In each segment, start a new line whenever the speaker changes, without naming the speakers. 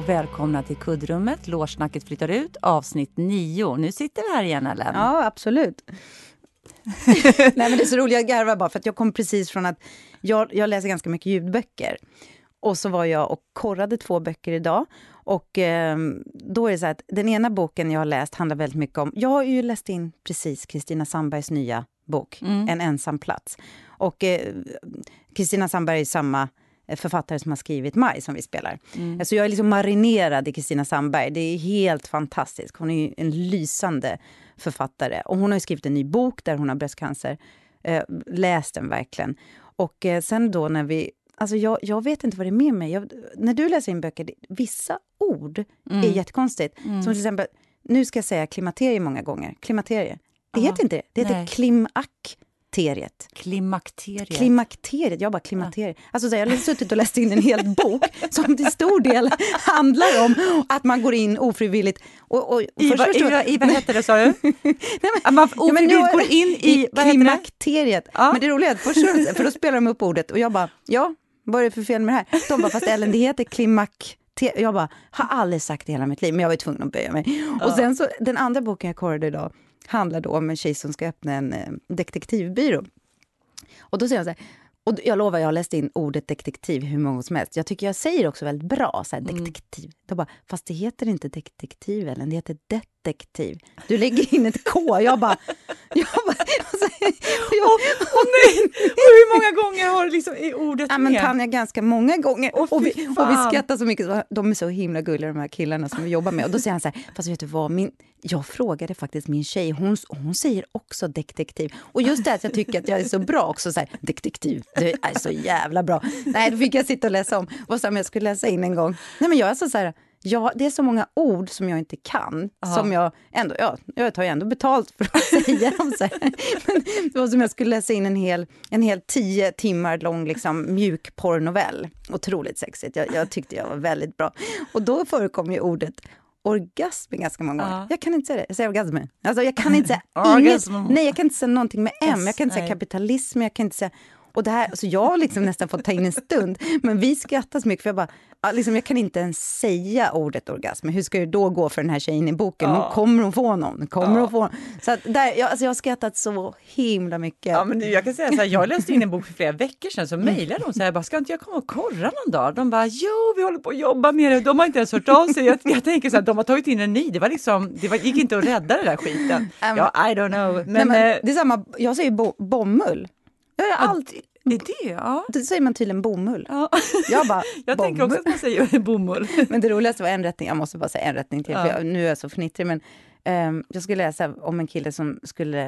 och välkomna till kuddrummet. Lårsnacket flyttar ut, avsnitt 9. Nu sitter vi här igen, Ellen.
Ja, absolut. Nej, men det är så roligt, jag garvar bara för att jag kom precis från att jag läser ganska mycket ljudböcker. Och så var jag och korrade 2 böcker idag. Och då är det så att den ena boken jag har läst handlar väldigt mycket om... Jag har ju läst in precis Kristina Sandbergs nya bok, En ensam plats. Och Kristina Sandberg är samma författare som har skrivit Maj som vi spelar. Så jag är liksom marinerad i Kristina Sandberg. Det är helt fantastiskt. Hon är ju en lysande författare. Och hon har ju skrivit en ny bok där hon har bröstcancer. Läst den verkligen. Och sen då när vi... Alltså jag vet inte vad det är med mig. När du läser in böcker, vissa ord är jättekonstigt. Som till exempel, nu ska jag säga klimakterie många gånger. Klimakterie. Det heter inte det. Det heter klimakteriet. Klimakteriet, jag bara klimakteriet. Alltså så jag har suttit och läst in en hel bok som till stor del handlar om att man går in ofrivilligt.
Vad heter det, sa du? Att man ofrivilligt går in i
klimakteriet. Ja. Men det är roligt, för då spelar de upp ordet och jag bara, vad är det för fel med det här? De bara, fast Ellen, det heter klimakteriet. Jag bara, har aldrig sagt det hela mitt liv, men jag var tvungen att böja mig. Och sen så, den andra boken jag korrade idag handlar då om en tjej som ska öppna en detektivbyrå. Och då säger jag så här, och jag lovar, jag har läst in ordet detektiv hur många som helst. Jag tycker jag säger också väldigt bra, så här, detektiv. Då bara, fast det heter inte detektiv, eller det heter detektiv. Du lägger in ett K, jag bara nej.
Och hur många gånger har du liksom i ordet
med? Men Tanja, ganska många gånger. Och vi skrattar så mycket, de är så himla gulliga, de här killarna som vi jobbar med. Och då säger han så här, fast vet du vad, jag frågade faktiskt min tjej, hon säger också detektiv. Och just det att jag tycker att jag är så bra också, så här, detektiv, det är så jävla bra. Nej, då fick jag sitta och läsa om. Vad som jag skulle läsa in en gång. Nej, men jag är så här, det är så många ord som jag inte kan. Som jag ändå, jag tar ju ändå betalt för att säga dem så här. Men det var som jag skulle läsa in en hel 10 timmar lång liksom, mjuk porrnovell. Otroligt sexigt. Jag tyckte jag var väldigt bra. Och då förekom ju ordet orgasm ganska många gånger. Jag kan inte säga det. Jag säger orgasm. Alltså jag kan inte säga nej, jag kan inte säga någonting med M. Jag kan inte säga kapitalism. Jag kan inte säga... Och det här, så jag har liksom nästan fått ta in en stund. Men vi skrattar så mycket för jag kan inte ens säga ordet orgasm. Hur ska det då gå för den här tjejen i boken? Kommer hon få någon? Så att jag har skrattat så himla mycket.
Ja, men jag kan säga så här, jag läste in en bok för flera veckor sedan, så mejlade de så här, ska inte jag komma och korra någon dag? De bara, vi håller på att jobba med det. De har inte ens hört av sig. Jag tänker så här, de har tagit in en ny. Det gick inte att rädda det där skiten. I don't know. Men
det är samma, jag säger bomull. Jag har alltid...
Det är det, ja.
Det säger man tydligen bomull.
Ja.
Jag
tänker också att man säger bomull.
Men det roligaste var en rättning. Jag måste bara säga en rättning till. För nu är jag så fnittrig. Men jag skulle läsa om en kille som skulle...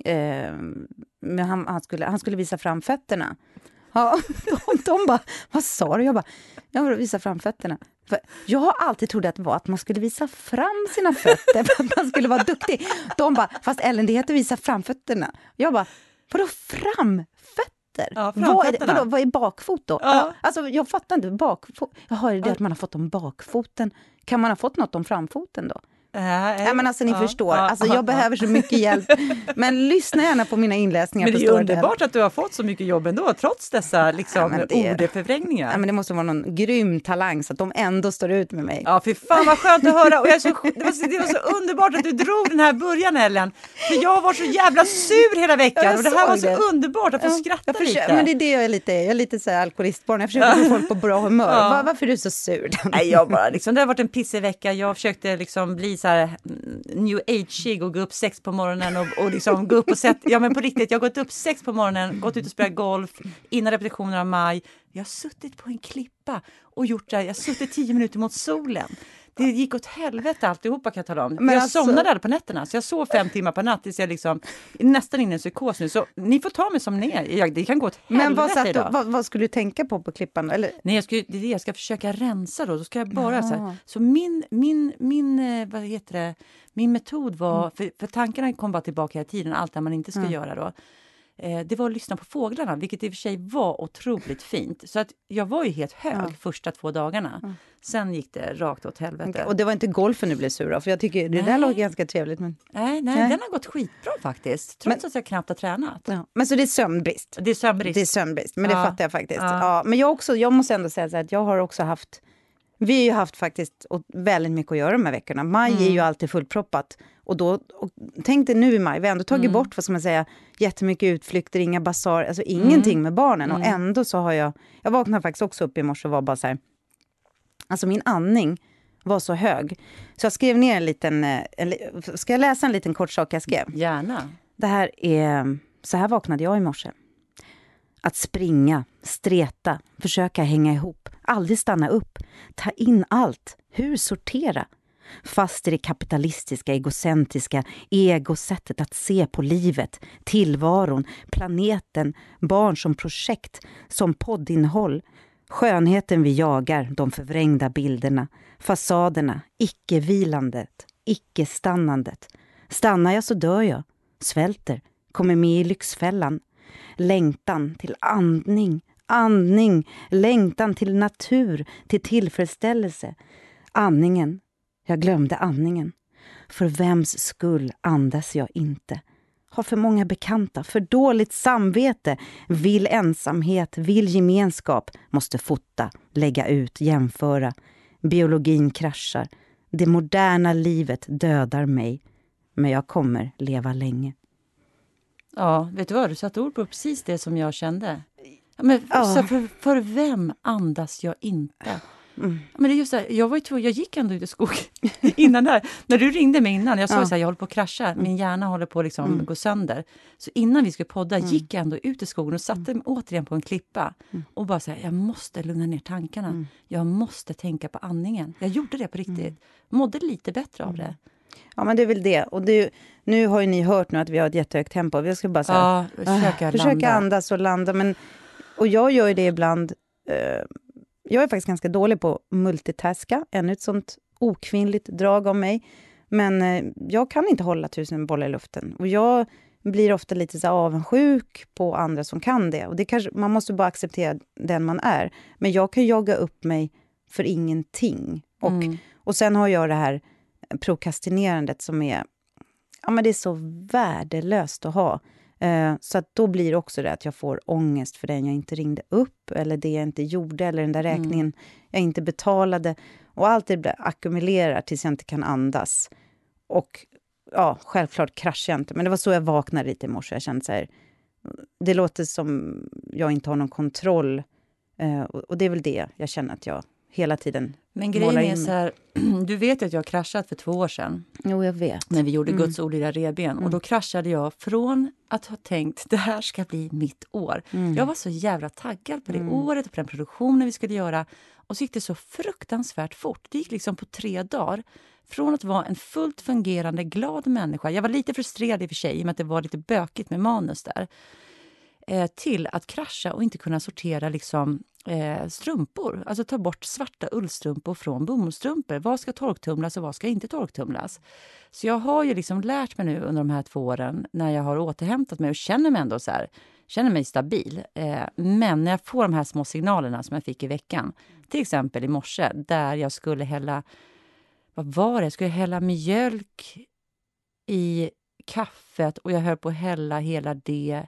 men han skulle visa fram fötterna. Ja, de bara, vad sa du? Jag vill visa fram fötterna. För jag har alltid trott att det var att man skulle visa fram sina fötter för att man skulle vara duktig. De bara, fast Ellen, det heter visa fram fötterna. Jag bara, vadå framfötter?
Ja,
vad är bakfot då?
Ja.
Alltså jag fattar inte, bakfot. Jag hör det att man har fått om bakfoten. Kan man ha fått något om framfoten då? Ja, men alltså ni förstår. Alltså jag behöver så mycket hjälp. Men lyssna gärna på mina inläsningar.
Men det är underbart att du har fått så mycket jobb ändå, trots dessa ordförvrängningar.
Ja, men det måste vara någon grym talang så att de ändå står ut med mig.
Ja, för fan vad skönt att höra. Och det var så underbart att du drog den här början, Ellen. För jag var så jävla sur hela veckan. Och det här var så underbart att få skratta lite.
Men det är det jag är lite. Jag är lite så här alkoholistbarn. Jag försöker få folk på bra humör. Ja. Varför är du så sur?
Nej, jag bara, liksom, det har varit en pissig vecka. Jag försökte liksom bli så här new age och gå upp 6 på morgonen och liksom gå upp och sätta, ja men på riktigt, jag har gått upp 6 på morgonen, gått ut och spelat golf innan repetitionen av Maj. Jag har suttit på en klippa och gjort det, jag har suttit 10 minuter mot solen. Det gick åt helvete alltihopa, kan jag tala om. Men jag somnade aldrig på nätterna. Så jag sov 5 timmar på natt tills jag liksom nästan inne i en psykos nu. Så ni får ta mig som ni är. Det kan gå åt helvete.
Men vad skulle du tänka på klippan? Eller?
Nej, jag ska försöka rensa då. Då ska jag bara så här. Så vad heter det? Min metod var, för tankarna kom bara tillbaka hela tiden. Allt det man inte ska göra då. Det var att lyssna på fåglarna, vilket i och för sig var otroligt fint. Så att jag var ju helt hög första 2 dagarna. Sen gick det rakt åt helvete.
Okay. Och det var inte golfen du blev sur av, för jag tycker det där låg ganska trevligt. Men...
Nej, den har gått skitbra faktiskt. Trots att jag knappt har tränat.
Ja. Men så det är sömnbrist?
Det är sömnbrist.
Men det fattar jag faktiskt. Ja. Men jag måste ändå säga så här, att jag har också haft Vi har ju haft faktiskt väldigt mycket att göra de här veckorna. Maj är ju alltid fullproppat. Och tänk dig nu i maj, vi har ändå tagit bort, vad ska man säga, jättemycket utflykter, inga basar, alltså ingenting med barnen. Och ändå så har jag vaknade faktiskt också upp i morse och var bara så här, alltså min andning var så hög. Så jag skrev ner en liten, ska jag läsa en liten kort sak jag skrev?
Gärna.
Det här är, så här vaknade jag i morse. Att springa, streta, försöka hänga ihop, aldrig stanna upp, ta in allt, hur sortera? Fast i det kapitalistiska, egocentriska egosättet att se på livet, tillvaron, planeten, barn som projekt, som poddinnehåll. Skönheten vi jagar, de förvrängda bilderna, fasaderna, icke-vilandet, icke-stannandet. Stannar jag så dör jag, svälter, kommer med i lyxfällan. Längtan till andning, längtan till natur, till tillfredsställelse. Andningen, jag glömde andningen. För vems skull andas jag inte? Har för många bekanta, för dåligt samvete, vill ensamhet, vill gemenskap, måste fota, lägga ut, jämföra. Biologin kraschar, det moderna livet dödar mig, men jag kommer leva länge.
Ja, vet du vad? Du satte ord på precis det som jag kände. Ja, men så för vem andas jag inte? Men det är just det, jag gick ändå ut i skogen innan där. När du ringde mig innan, jag sa så här, jag håller på att krascha. Min hjärna håller på att liksom gå sönder. Så innan vi skulle podda gick jag ändå ut i skogen och satte mig återigen på en klippa. Och bara så här, jag måste lugna ner tankarna. Jag måste tänka på andningen. Jag gjorde det på riktigt. Mådde lite bättre av det.
Ja, men det är väl det. Och nu har ju ni hört nu att vi har ett jättehögt tempo. Jag ska bara säga, försöka andas och landa. Och jag gör ju det ibland. Jag är faktiskt ganska dålig på multitaska. Ännu ett sånt okvinnligt drag av mig. Men jag kan inte hålla 1000 bollar i luften. Och jag blir ofta lite så avundsjuk på andra som kan det. Och det kanske, man måste bara acceptera den man är. Men jag kan jogga upp mig för ingenting. Och sen har jag det här prokrastinerandet som är, ja, men det är så värdelöst att ha. Så att då blir det också det att jag får ångest för den jag inte ringde upp, eller det jag inte gjorde, eller den där räkningen jag inte betalade. Och allt det ackumulerar tills jag inte kan andas. Och ja, självklart kraschar jag inte. Men det var så jag vaknade lite i morse. Jag kände så här, det låter som jag inte har någon kontroll. Och det är väl det jag känner att jag hela tiden.
Men grejen är så här, du vet att jag kraschat för 2 år sedan.
Jo, jag vet.
När vi gjorde Guds ord i det revben. Och då kraschade jag från att ha tänkt, det här ska bli mitt år. Jag var så jävla taggad på det året och på den produktionen vi skulle göra. Och så gick det så fruktansvärt fort. Det gick liksom på 3 dagar. Från att vara en fullt fungerande, glad människa. Jag var lite frustrerad i och för sig, med att det var lite bökigt med manus där. Till att krascha och inte kunna sortera liksom strumpor. Alltså ta bort svarta ullstrumpor från bomullstrumpor. Vad ska torktumlas och vad ska inte torktumlas? Så jag har ju liksom lärt mig nu under de här 2 åren, när jag har återhämtat mig och känner mig ändå så här, känner mig stabil. Men när jag får de här små signalerna som jag fick i veckan, till exempel i morse, där jag skulle hälla, vad var det? Jag skulle hälla mjölk i kaffet och jag höll på att hälla hela det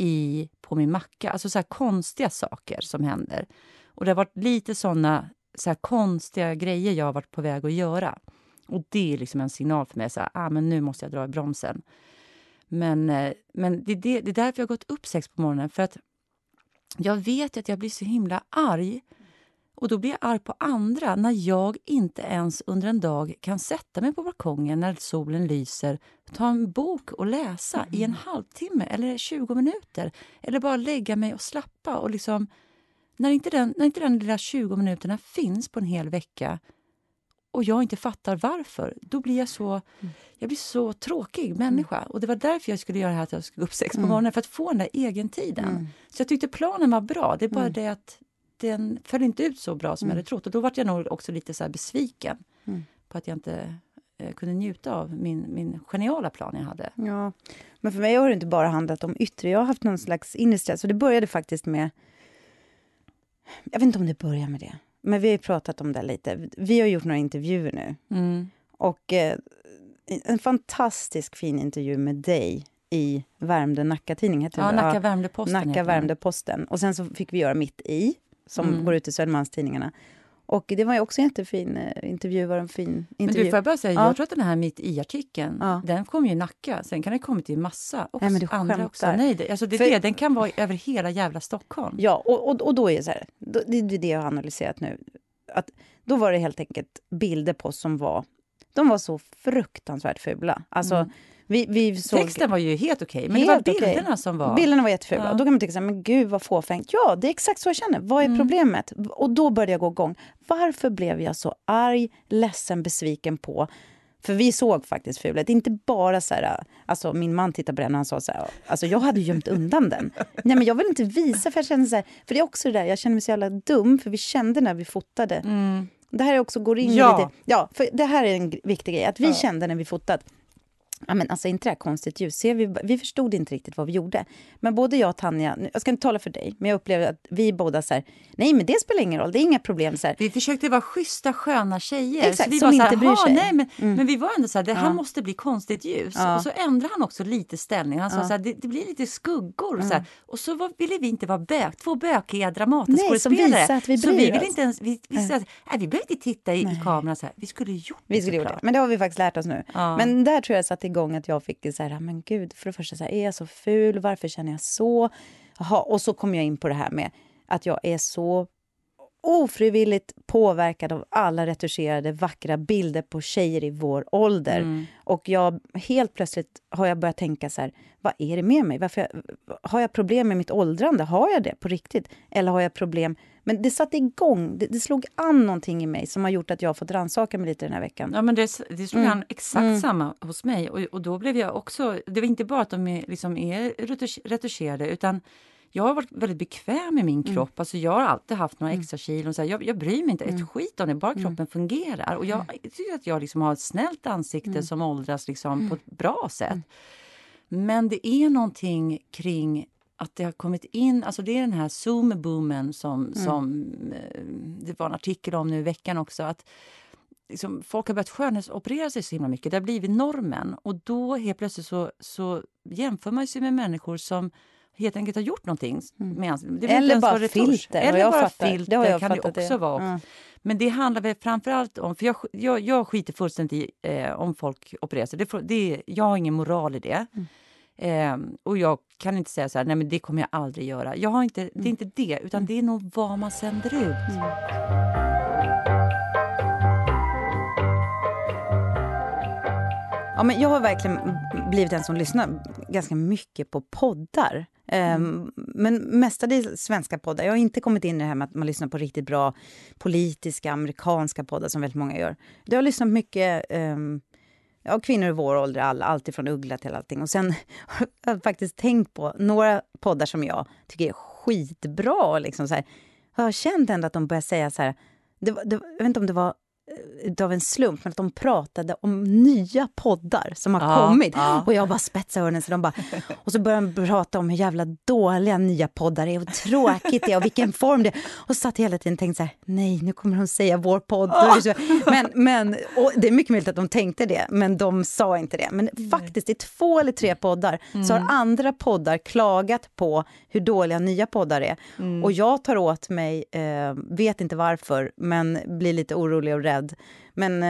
på min macka. Alltså så här konstiga saker som händer. Och det har varit lite såna så här konstiga grejer jag har varit på väg att göra. Och det är liksom en signal för mig. Så här, men nu måste jag dra i bromsen. Men det är därför jag har gått upp 6 på morgonen. För att jag vet att jag blir så himla arg. Och då blir jag arg på andra när jag inte ens under en dag kan sätta mig på balkongen när solen lyser, ta en bok och läsa i en halvtimme eller 20 minuter. Eller bara lägga mig och slappa. Och liksom, när inte den lilla 20 minuterna finns på en hel vecka och jag inte fattar varför, då blir jag blir så tråkig människa. Och det var därför jag skulle göra det här, att jag skulle gå upp 6 på morgonen, för att få den där egen tiden. Så jag tyckte planen var bra. Det är bara det att den föll inte ut så bra som jag hade trott. Och då var jag nog också lite så här besviken på att jag inte kunde njuta av min geniala plan jag hade. Ja,
men för mig har det inte bara handlat om yttre. Jag har haft någon slags inre stress. Och det började faktiskt med, jag vet inte om det börjar med det, men vi har pratat om det lite. Vi har gjort några intervjuer nu. Och en fantastisk fin intervju med dig i Värmdö Nacka-tidning. Heter
det? Nacka Värmdö-Posten.
Nacka Värmdö-Posten. Och sen så fick vi göra Mitt i, som går ut i Södermalmstidningarna. Och det var ju också en jättefin intervju, var en fin intervju.
Men du, får jag bara säga, jag tror att den här mitt i-artikeln, den kom ju i Nacka. Sen kan det kommit i massa också,
nej, men du
andra
skämtar.
också. Nej, den kan vara över hela jävla Stockholm.
Ja, och då är det så här, det är det jag har analyserat nu. Att då var det helt enkelt bilder på de var så fruktansvärt fula. Alltså, vi såg...
Texten var ju helt okej, men det var bilderna som var...
Bilderna var jättefula. Ja. Då kan man tycka så här, men gud vad fåfängt. Ja, det är exakt så jag känner. Vad är problemet? Och då började jag gå igång. Varför blev jag så arg, ledsen, besviken på... För vi såg faktiskt fula. Det är inte bara så här... Alltså min man tittade på den och han sa så här... Alltså jag hade gömt undan den. Nej, men jag vill inte visa, för jag känner så här... För det är också det där, jag känner mig så jävla dum. För vi kände när vi fotade... Det här också går in i lite... Ja, för det här är en viktig grej. Att vi kände när vi fotat... Ja, men alltså inte det här konstigt ljus. Vi förstod inte riktigt vad vi gjorde. Men både jag och Tanja, jag ska inte tala för dig, men jag upplevde att vi båda så här, nej men det spelar ingen roll, det är inga problem så här.
Vi försökte vara schyssta, sköna tjejer.
Exakt,
så vi
som
var
inte
så här,
bryr sig.
Nej, men vi var ändå så här, det här måste bli konstigt ljus. Och så ändrade han också lite ställning. Han sa så här, det blir lite skuggor. Så här. Och så ville vi inte vara två bökiga Dramatenskådespelare.
Nej, som visar att vi bryr
så vi
oss.
ville inte ens, vi behöver inte titta i kameran så här. Vi skulle gjort
det. Men det har vi faktiskt lärt oss nu. Ja. Men där tror jag satt igång att jag fick så här, men gud, för det första så här, är jag så ful? Varför känner jag så? Jaha, och så kom jag in på det här med att jag är så ofrivilligt påverkad av alla retuscherade vackra bilder på tjejer i vår ålder. Och jag helt plötsligt har jag börjat tänka så här, vad är det med mig? Har jag problem med mitt åldrande? Har jag det på riktigt? Eller har jag problem? Men det satte igång, det slog an någonting i mig som har gjort att jag har fått rannsaka mig lite den här veckan.
Ja, men det slog an exakt samma hos mig. Och då blev jag också, det var inte bara att de är retuscherade, utan jag har varit väldigt bekväm med min kropp. Alltså jag har alltid haft några extra kilo. Så jag bryr mig inte ett skit om det, bara kroppen fungerar. Och jag tycker att jag liksom har ett snällt ansikte som åldras liksom på ett bra sätt. Men det är någonting kring att det har kommit in, alltså det är den här Zoom-boomen som det var en artikel om nu i veckan också, att liksom, folk har börjat skönhetsoperera sig så himla mycket. Det har blivit normen. Och då helt plötsligt så jämför man sig med människor som helt enkelt har gjort någonting.
Eller bara filter.
Eller bara filter kan det också vara. Men det handlar väl framförallt om, för jag skiter fullständigt i om folk opererar sig. Jag har ingen moral i det. Och jag kan inte säga så här, nej men det kommer jag aldrig göra. Det är inte det, utan det är nog vad man sänder ut.
Ja, men jag har verkligen blivit en som lyssnar ganska mycket på poddar. Men mestadels svenska poddar. Jag har inte kommit in i det här med att man lyssnar på riktigt bra politiska, amerikanska poddar som väldigt många gör. Jag har lyssnat mycket kvinnor i vår ålder, allt ifrån Uggla till allting. Och sen har jag faktiskt tänkt på några poddar som jag tycker är skitbra. Liksom så här. Jag har känt ändå att de börjar säga så här, jag vet inte om det var av en slump, men att de pratade om nya poddar som har kommit. Och jag bara spetsade öronen, så de bara... Och så började de prata om hur jävla dåliga nya poddar är och tråkigt det är och vilken form det är. Och så satt jag hela tiden och tänkte så här, nej, nu kommer de säga vår podd. Men och det är mycket möjligt att de tänkte det, men de sa inte det. Men faktiskt i 2 eller 3 poddar så har andra poddar klagat på hur dåliga nya poddar är. Och jag tar åt mig, vet inte varför, men blir lite orolig och rädd. Men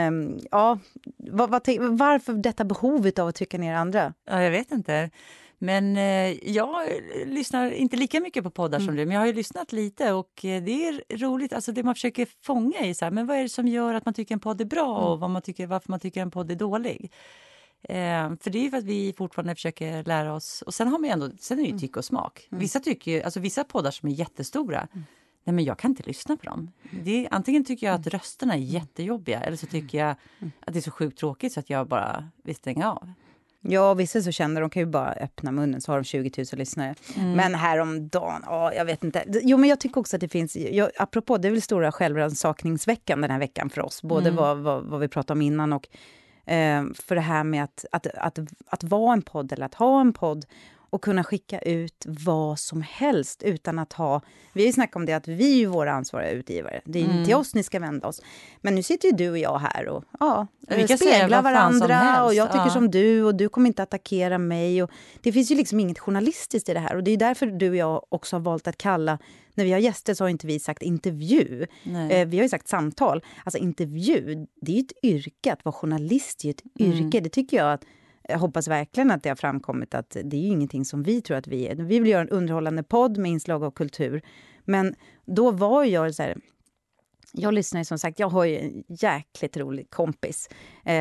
varför detta behovet av att trycka ner andra?
Ja, jag vet inte. Men jag lyssnar inte lika mycket på poddar som du, men jag har ju lyssnat lite och det är roligt. Alltså det man försöker fånga i så här, men vad är det som gör att man tycker en podd är bra och varför man tycker en podd är dålig? För det är ju för att vi fortfarande försöker lära oss, och sen är det ju tyck och smak. Vissa poddar som är jättestora, nej men jag kan inte lyssna på dem. Antingen tycker jag att rösterna är jättejobbiga, eller så tycker jag att det är så sjukt tråkigt så att jag bara vill stänga av.
Ja, vissa så känner de kan ju bara öppna munnen så har de 20 000 lyssnare. Men häromdagen, jag vet inte. Jo, men jag tycker också att det finns, apropå det är väl stora självrannsakningsveckan den här veckan för oss. Både vad vi pratade om innan och för det här med att vara en podd eller att ha en podd. och kunna skicka ut vad som helst utan att ha... Vi har ju snackat om det att vi är ju våra ansvariga utgivare. Det är ju till oss ni ska vända oss. Men nu sitter ju du och jag här och speglar varandra och jag tycker som du och du kommer inte attackera mig. Och det finns ju liksom inget journalistiskt i det här och det är därför du och jag också har valt att kalla... När vi har gäster så har inte vi sagt intervju. Vi har ju sagt samtal. Alltså intervju, det är ju ett yrke. Att vara journalist är ju ett yrke. Det tycker jag att... Jag hoppas verkligen att det har framkommit att det är ju ingenting som vi tror att vi är. Vi vill göra en underhållande podd med inslag av kultur. Men då var jag så här... Jag lyssnar som sagt, jag har ju en jäkligt rolig kompis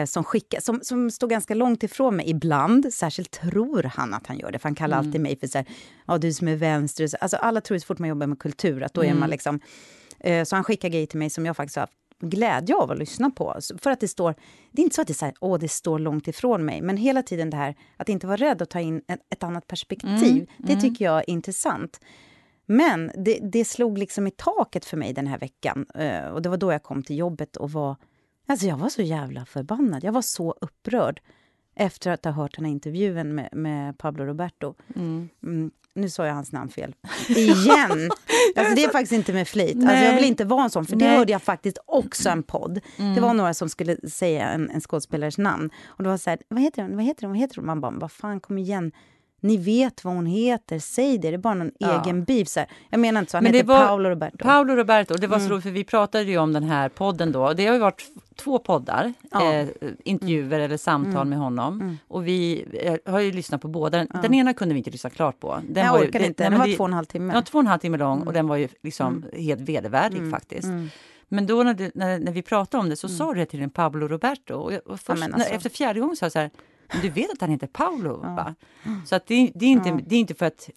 som står ganska långt ifrån mig ibland. Särskilt tror han att han gör det. För han kallar alltid mig för så här, du som är vänster. Alltså alla tror så fort man jobbar med kultur att då är man liksom... Så han skickar grejer till mig som jag faktiskt har haft glädje av att lyssna på. För att det står... Det är inte så att det är så här, det står långt ifrån mig. Men hela tiden det här att inte vara rädd att ta in ett annat perspektiv. Det tycker jag är intressant. Men det slog liksom i taket för mig den här veckan. Och det var då jag kom till jobbet och var... Alltså jag var så jävla förbannad. Jag var så upprörd efter att ha hört den här intervjun med Pablo Roberto. Nu sa jag hans namn fel. Igen! Alltså det är faktiskt inte med flit. Alltså jag vill inte vara en sån, för det hörde jag faktiskt också en podd. Det var några som skulle säga en skådespelares namn. Och det var så här, vad heter hon? Man bara, vad fan, kom igen. Ni vet vad hon heter, säg det. Det är bara någon egen beef. Så här. Jag menar inte så, han heter Paolo Roberto.
Paolo Roberto, det var så roligt för vi pratade ju om den här podden då. Det har ju varit 2 poddar, intervjuer eller samtal med honom. Och vi har ju lyssnat på båda. Den ena kunde vi inte lyssna klart på.
Jag orkade inte, den var 2,5 timmar.
Ja, 2,5 timmar lång och den var ju liksom helt vedervärdig faktiskt. Men då när vi pratade om det så sa du det till en Pablo Roberto. Och först, efter 4:e gången sa jag så här... Du vet att han heter Paolo, va? Så att det är inte för att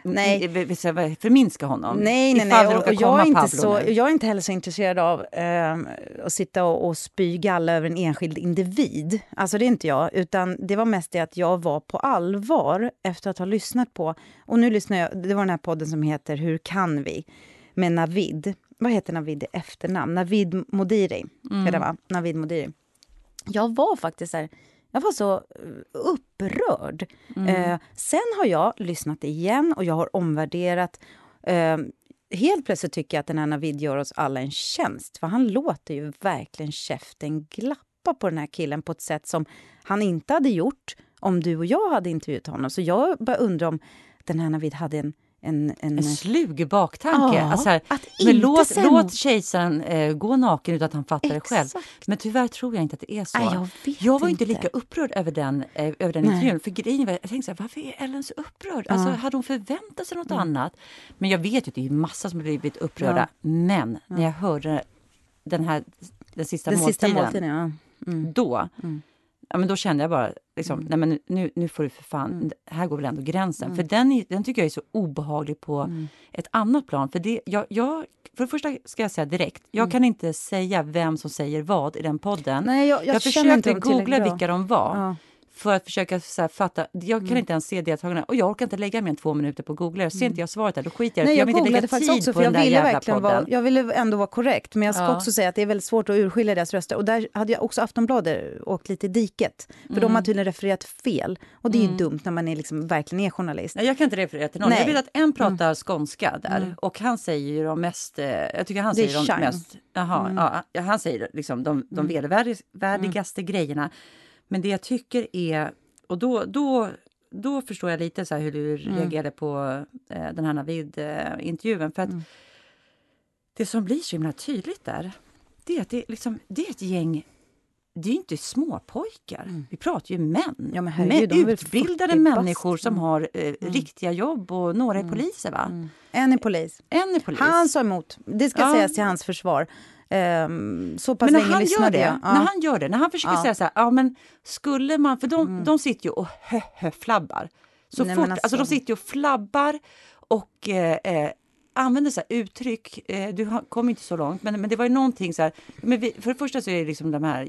förminska honom.
Nej. Och jag är inte heller så intresserad av att sitta och spy galla över en enskild individ. Alltså det är inte jag. Utan det var mest det att jag var på allvar efter att ha lyssnat på. Och nu lyssnar jag, det var den här podden som heter Hur kan vi? Med Navid. Vad heter Navid i efternamn? Navid Modiri. Navid Modiri. Jag var faktiskt så här... Jag var så upprörd. Sen har jag lyssnat igen och jag har omvärderat. Helt plötsligt tycker jag att den här Navid gör oss alla en tjänst. För han låter ju verkligen käften glappa på den här killen på ett sätt som han inte hade gjort om du och jag hade intervjuat honom. Så jag bara undrar om den här Navid hade en slug baktanke.
Alltså här, men låt kejsaren gå naken utan att han fattar det själv. Men tyvärr tror jag inte att det är så. Jag var inte lika upprörd över den intervjun. För grejen var, jag tänkte så här, varför är Ellen så upprörd? Alltså, hade hon förväntat sig något annat? Men jag vet ju att det är massa som har blivit upprörda. Men när jag hörde den sista måltiden då... Ja, men då kände jag bara, liksom, nej men nu får du för fan, här går väl ändå gränsen. För den tycker jag är så obehaglig på ett annat plan. För för det första ska jag säga direkt, jag kan inte säga vem som säger vad i den podden. Nej, jag försökte googla vilka de var. Ja. För att försöka så här, fatta, jag kan inte ens se deltagarna och jag orkar inte lägga mer än 2 minuter på Google. Ser inte jag svaret där, då skiter jag.
Nej, jag
vill inte lägga tid
också,
på den där jävla podden.
Jag ville ändå vara korrekt, men jag ska också säga att det är väldigt svårt att urskilja deras röster. Och där hade jag också Aftonbladet åkt lite i diket. För de har tydligen refererat fel. Och det är ju dumt när man är liksom, verkligen är journalist.
Nej, jag kan inte referera till någon. Nej. Jag vet att en pratar skånska där. Och han säger ju de mest... Jag tycker han säger de mest... han säger liksom de vedervärdigaste grejerna. Men det jag tycker är... Och då förstår jag lite så här hur du reagerade på den här Navid-intervjun. För att det som blir så himla tydligt där, det är att det är ett gäng, det är inte småpojkar. Vi pratar ju män. Ja, men utbildade människor som har riktiga jobb och några är poliser, va?
En är polis. Han sa emot. Det ska sägas till hans försvar. Så pass länge lyssnade jag.
När han försöker säga så här, ja men skulle man, för de sitter ju och flabbar. Så fort, alltså de sitter ju och flabbar och använder så här uttryck, kom inte så långt, men det var ju någonting så här, för det första så är det liksom de här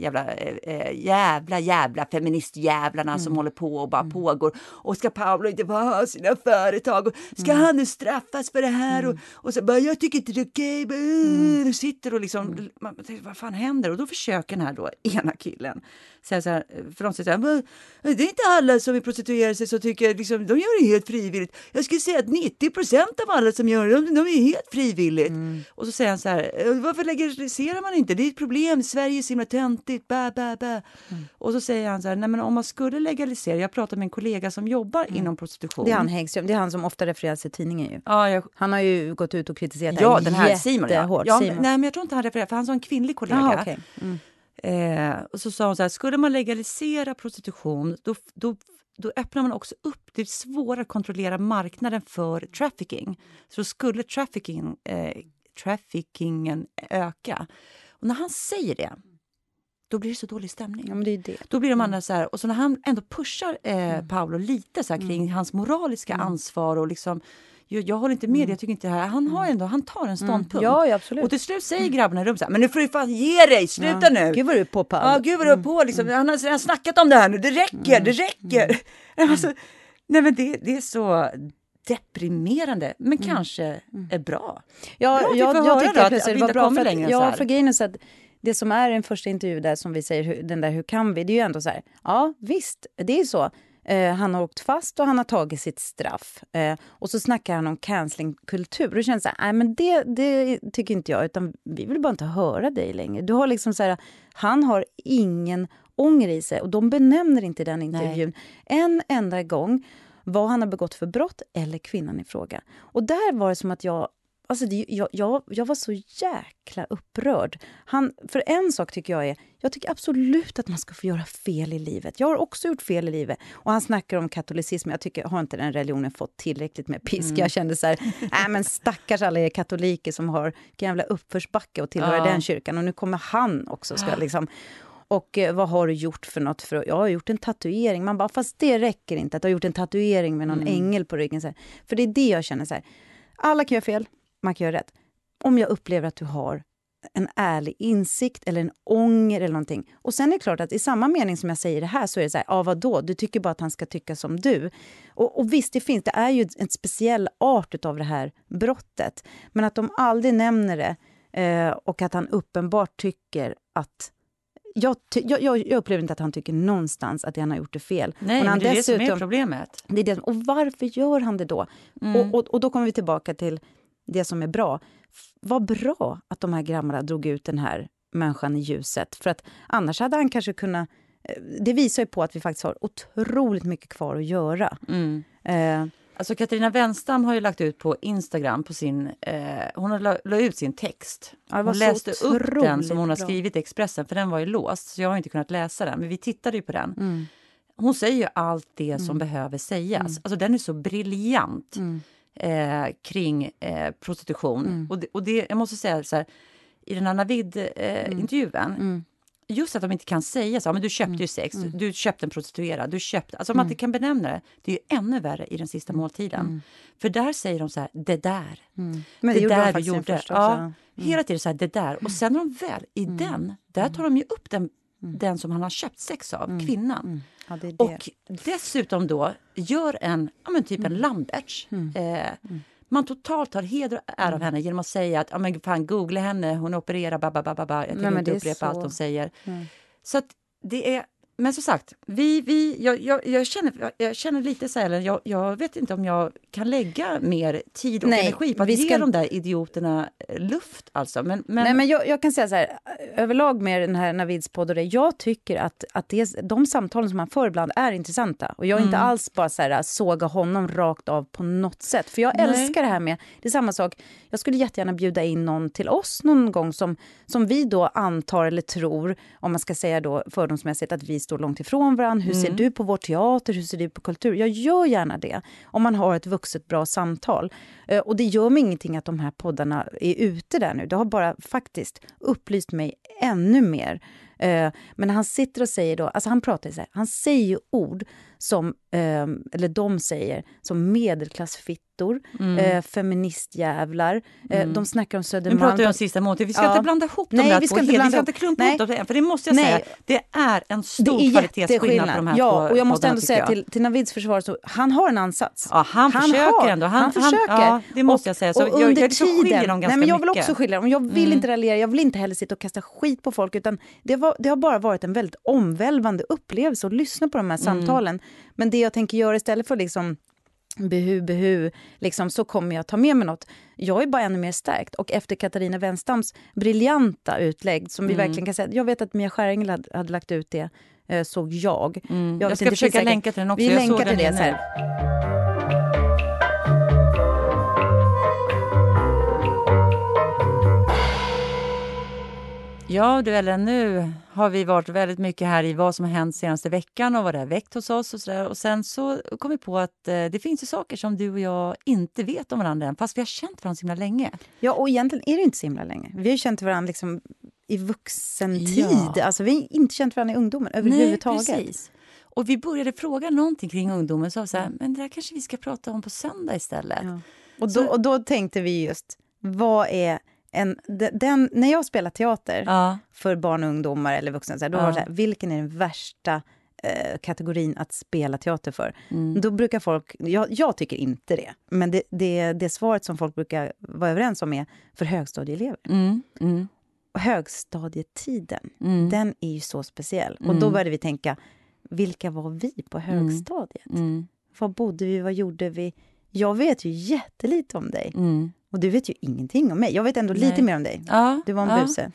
jävla feministjävlarna som håller på och bara pågår, och ska Paolo inte ha sina företag, och ska han nu straffas för det här, och så bara, jag tycker inte det är okej, du sitter och liksom, vad fan händer? Och då försöker den här då ena killen säga så här, för de säger så här, det är inte alla som vill prostituera sig så tycker liksom, de gör det helt frivilligt. Jag skulle säga att 90% av alla som gör det, de är helt frivilligt. Och så säger han så här, varför legaliserar man inte? Det är ett problem, Sverige är så himla töntigt, Och så säger han så här, nej men om man skulle legalisera, jag pratar med en kollega som jobbar inom prostitution.
Det är han Häggström, det är han som ofta refereras i tidningen ju.
Ja,
han har ju gått ut och kritiserat
den här Simon. Nej, men jag tror inte han refererar, för han är en kvinnlig kollega.
Aha, okay.
Och så sa hon så här, skulle man legalisera prostitution, då öppnar man också upp, det är svårare att kontrollera marknaden för trafficking. Så skulle traffickingen öka. Och när han säger det, då blir det så dålig stämning.
Ja, men det är det.
Då blir de andra så här, och så när han ändå pushar Paolo lite så här kring hans moraliska ansvar och liksom, jag håller inte med, jag tycker inte det här. Han tar en ståndpunkt.
Ja, absolut.
Och till slut säger grabbarna i rummet så här, men nu får du fan ge dig, sluta nu.
Gud vad du är på, Paolo.
Ja, gud vad du är på liksom. Han har redan snackat om det här nu, det räcker. Alltså, nej men det är så deprimerande, men kanske är bra.
Ja,
bra
jag tycker att det var bra för grejen är så att det som är en första intervju där som vi säger, den där hur kan vi, det är ju ändå så här, ja visst, det är så. Han har åkt fast och han har tagit sitt straff. Och så snackar han om cancelingkultur. Och det känns så här, nej men det tycker inte jag, utan vi vill bara inte höra dig längre. Du har liksom så här, han har ingen ånger i sig och de benämner inte den intervjun en enda gång vad han har begått för brott eller kvinnan i fråga. Och där var det som att jag var så jäkla upprörd. För en sak tycker jag tycker absolut att man ska få göra fel i livet. Jag har också gjort fel i livet. Och han snackar om katolicism. Jag tycker, har inte den religionen fått tillräckligt med pisk? Jag kände så här, men stackars alla er katoliker som har jävla uppförsbacke och tillhör den kyrkan. Och nu kommer han också ska liksom... Och vad har du gjort för något? Jag har gjort en tatuering. Man bara, fast det räcker inte att du har gjort en tatuering med någon ängel på ryggen. Så här. För det är det jag känner så här. Alla kan göra fel, man kan göra rätt. Om jag upplever att du har en ärlig insikt eller en ånger eller någonting. Och sen är det klart att i samma mening som jag säger det här så är det så här, vadå? Du tycker bara att han ska tycka som du. Och visst, det är ju en speciell art av det här brottet. Men att de aldrig nämner det och att han uppenbart tycker att jag upplever inte att han tycker någonstans att han har gjort det fel.
Nej,
och
men det är det som är problemet.
Det är det, och varför gör han det då? Och då kommer vi tillbaka till det som är bra. Vad bra att de här grabbarna drog ut den här människan i ljuset. För att annars hade han kanske kunnat... Det visar ju på att vi faktiskt har otroligt mycket kvar att göra.
Alltså Katarina Wenstam har ju lagt ut på Instagram på sin... hon har la ut sin text. Hon läste upp den som hon har skrivit i Expressen, för den var ju låst. Så jag har inte kunnat läsa den, men vi tittade ju på den. Hon säger ju allt det som behöver sägas. Alltså den är så briljant kring prostitution. Och det, jag måste säga så här, i den här Navid-intervjun... Just att de inte kan säga så, men du köpte ju sex, du köpte en prostituerad, alltså om man inte kan benämna det är ju ännu värre i den sista måltiden. För där säger de så här, det där.
Men
det
gjorde
där du gjorde. Hela tiden så här, det där. Och sen när de väl i där tar de ju upp den som han har köpt sex av, kvinnan.
Ja, det är det.
Och dessutom då gör en Lamberts. Man totalt tar heder och ära av henne genom att säga att men fan, googla henne, hon opererar, jag kan inte upprepa allt de säger. Så att det är, men som sagt, jag känner lite så här, jag vet inte om jag kan lägga mer tid och energi på att ge de där idioterna luft alltså. Men
jag kan säga så här, överlag med den här Navids podd och det, jag tycker att de samtalen som man för ibland är intressanta. Och jag är inte alls bara så här, såga honom rakt av på något sätt. För jag älskar det här med, det är samma sak, jag skulle jättegärna bjuda in någon till oss någon gång som vi då antar eller tror, om man ska säga då fördomsmässigt, att vi står långt ifrån varandra. Hur ser du på vår teater? Hur ser du på kultur? Jag gör gärna det om man har ett vuxet bra samtal. Och det gör mig ingenting att de här poddarna är ute där nu. Det har bara faktiskt upplyst mig ännu mer. Men han sitter och säger då, alltså han pratar så här, han säger ord som, eller de säger, som medelklassfitta ettor, feministjävlar, de snackar om
Nu
Södermalm.
pratar vi om sista månaden. Vi ska inte blanda ihop dem där två. Vi ska inte klumpa ihop dem. För det måste jag säga, det är en stor kvalitetsskillnad på de här två.
Ja, och jag måste ändå säga till Navids försvar, så han har en ansats.
Ja, han försöker ändå. Han försöker. Ja, det måste jag säga. Så
och
jag liksom skiljer dem ganska mycket.
Jag vill också skilja dem. Jag vill inte raljera, jag vill inte heller sitta och kasta skit på folk, utan det har bara varit en väldigt omvälvande upplevelse att lyssna på de här samtalen. Men det jag tänker göra istället för liksom behu, liksom, så kommer jag ta med mig något. Jag är bara ännu mer stärkt. Och efter Katarina Wenstams briljanta utlägg, som vi verkligen kan säga, jag vet att Mia Skäringel hade lagt ut det, såg jag.
Jag ska försöka länka till den också.
Vi länkar till det så här.
Ja, du Ellen, nu har vi varit väldigt mycket här i vad som har hänt senaste veckan och vad det har väckt hos oss och sådär. Och sen så kom vi på att det finns ju saker som du och jag inte vet om varandra än, fast vi har känt varandra så himla länge.
Ja, och egentligen är det inte så himla länge. Vi har ju känt varandra liksom i vuxen tid. Alltså vi har inte känt varandra i ungdomen överhuvudtaget.
Nej, precis. Och vi började fråga någonting kring ungdomen, så så här, men det här kanske vi ska prata om på söndag istället.
Ja. Och då tänkte vi just, vad är när jag spelar teater för barn och ungdomar eller vuxna, så här, då var det så här, vilken är den värsta kategorin att spela teater för? Då brukar folk, jag tycker inte det, men det svaret som folk brukar vara överens om är för högstadieelever. Och högstadietiden, den är ju så speciell. Och då började vi tänka, vilka var vi på högstadiet? Var bodde vi, vad gjorde vi? Jag vet ju jättelite om dig. Och du vet ju ingenting om mig. Jag vet ändå lite mer om dig.
Ja,
du var en buse.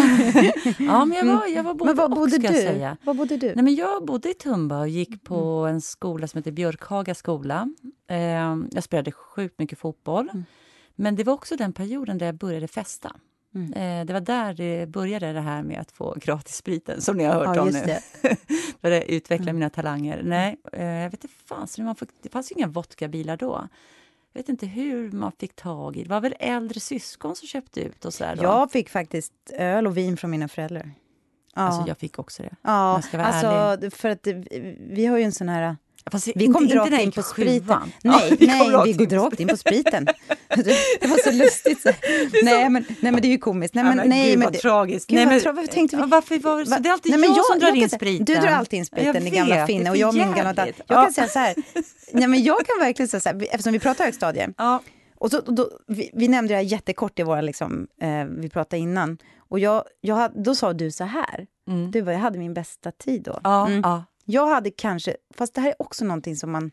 Ja, men jag var både. Men
var bodde du? Säga. Var bodde du?
Nej, men jag bodde i Tumba och gick på en skola som heter Björkhaga skola. Jag spelade sjukt mycket fotboll. Men det var också den perioden där jag började festa. Det var där det började, det här med att få gratis spriten, som ni har hört om nu. För att utveckla mina talanger. Nej, jag vet inte fan, det fanns ju inga vodkabilar då. Jag vet inte hur man fick tag i. Det var väl äldre syskon som köpte ut och så där då. Jag
fick faktiskt öl och vin från mina föräldrar. Ja.
Alltså jag fick också det.
Ja,
jag ska vara ärlig.
För att vi har ju en sån här...
Fast
vi kom rakt in på spriten. Nej, vi går rakt in på spriten. Det var så lustigt. Nej, men det är ju komiskt.
Nej, men tragiskt.
Varför tänkte vi?
Så det är alltid jag som drar in spriten.
Du drar alltid in spriten, den gamla finne. Och jag min gamla... Jag kan säga så här. Nej, men jag kan verkligen säga så här, eftersom vi pratar högstadie. Ja. Och då, vi nämnde det här jättekort i våra liksom, vi pratade innan. Och då sa du så här. Jag hade min bästa tid då. Ja. Jag hade kanske, fast det här är också någonting som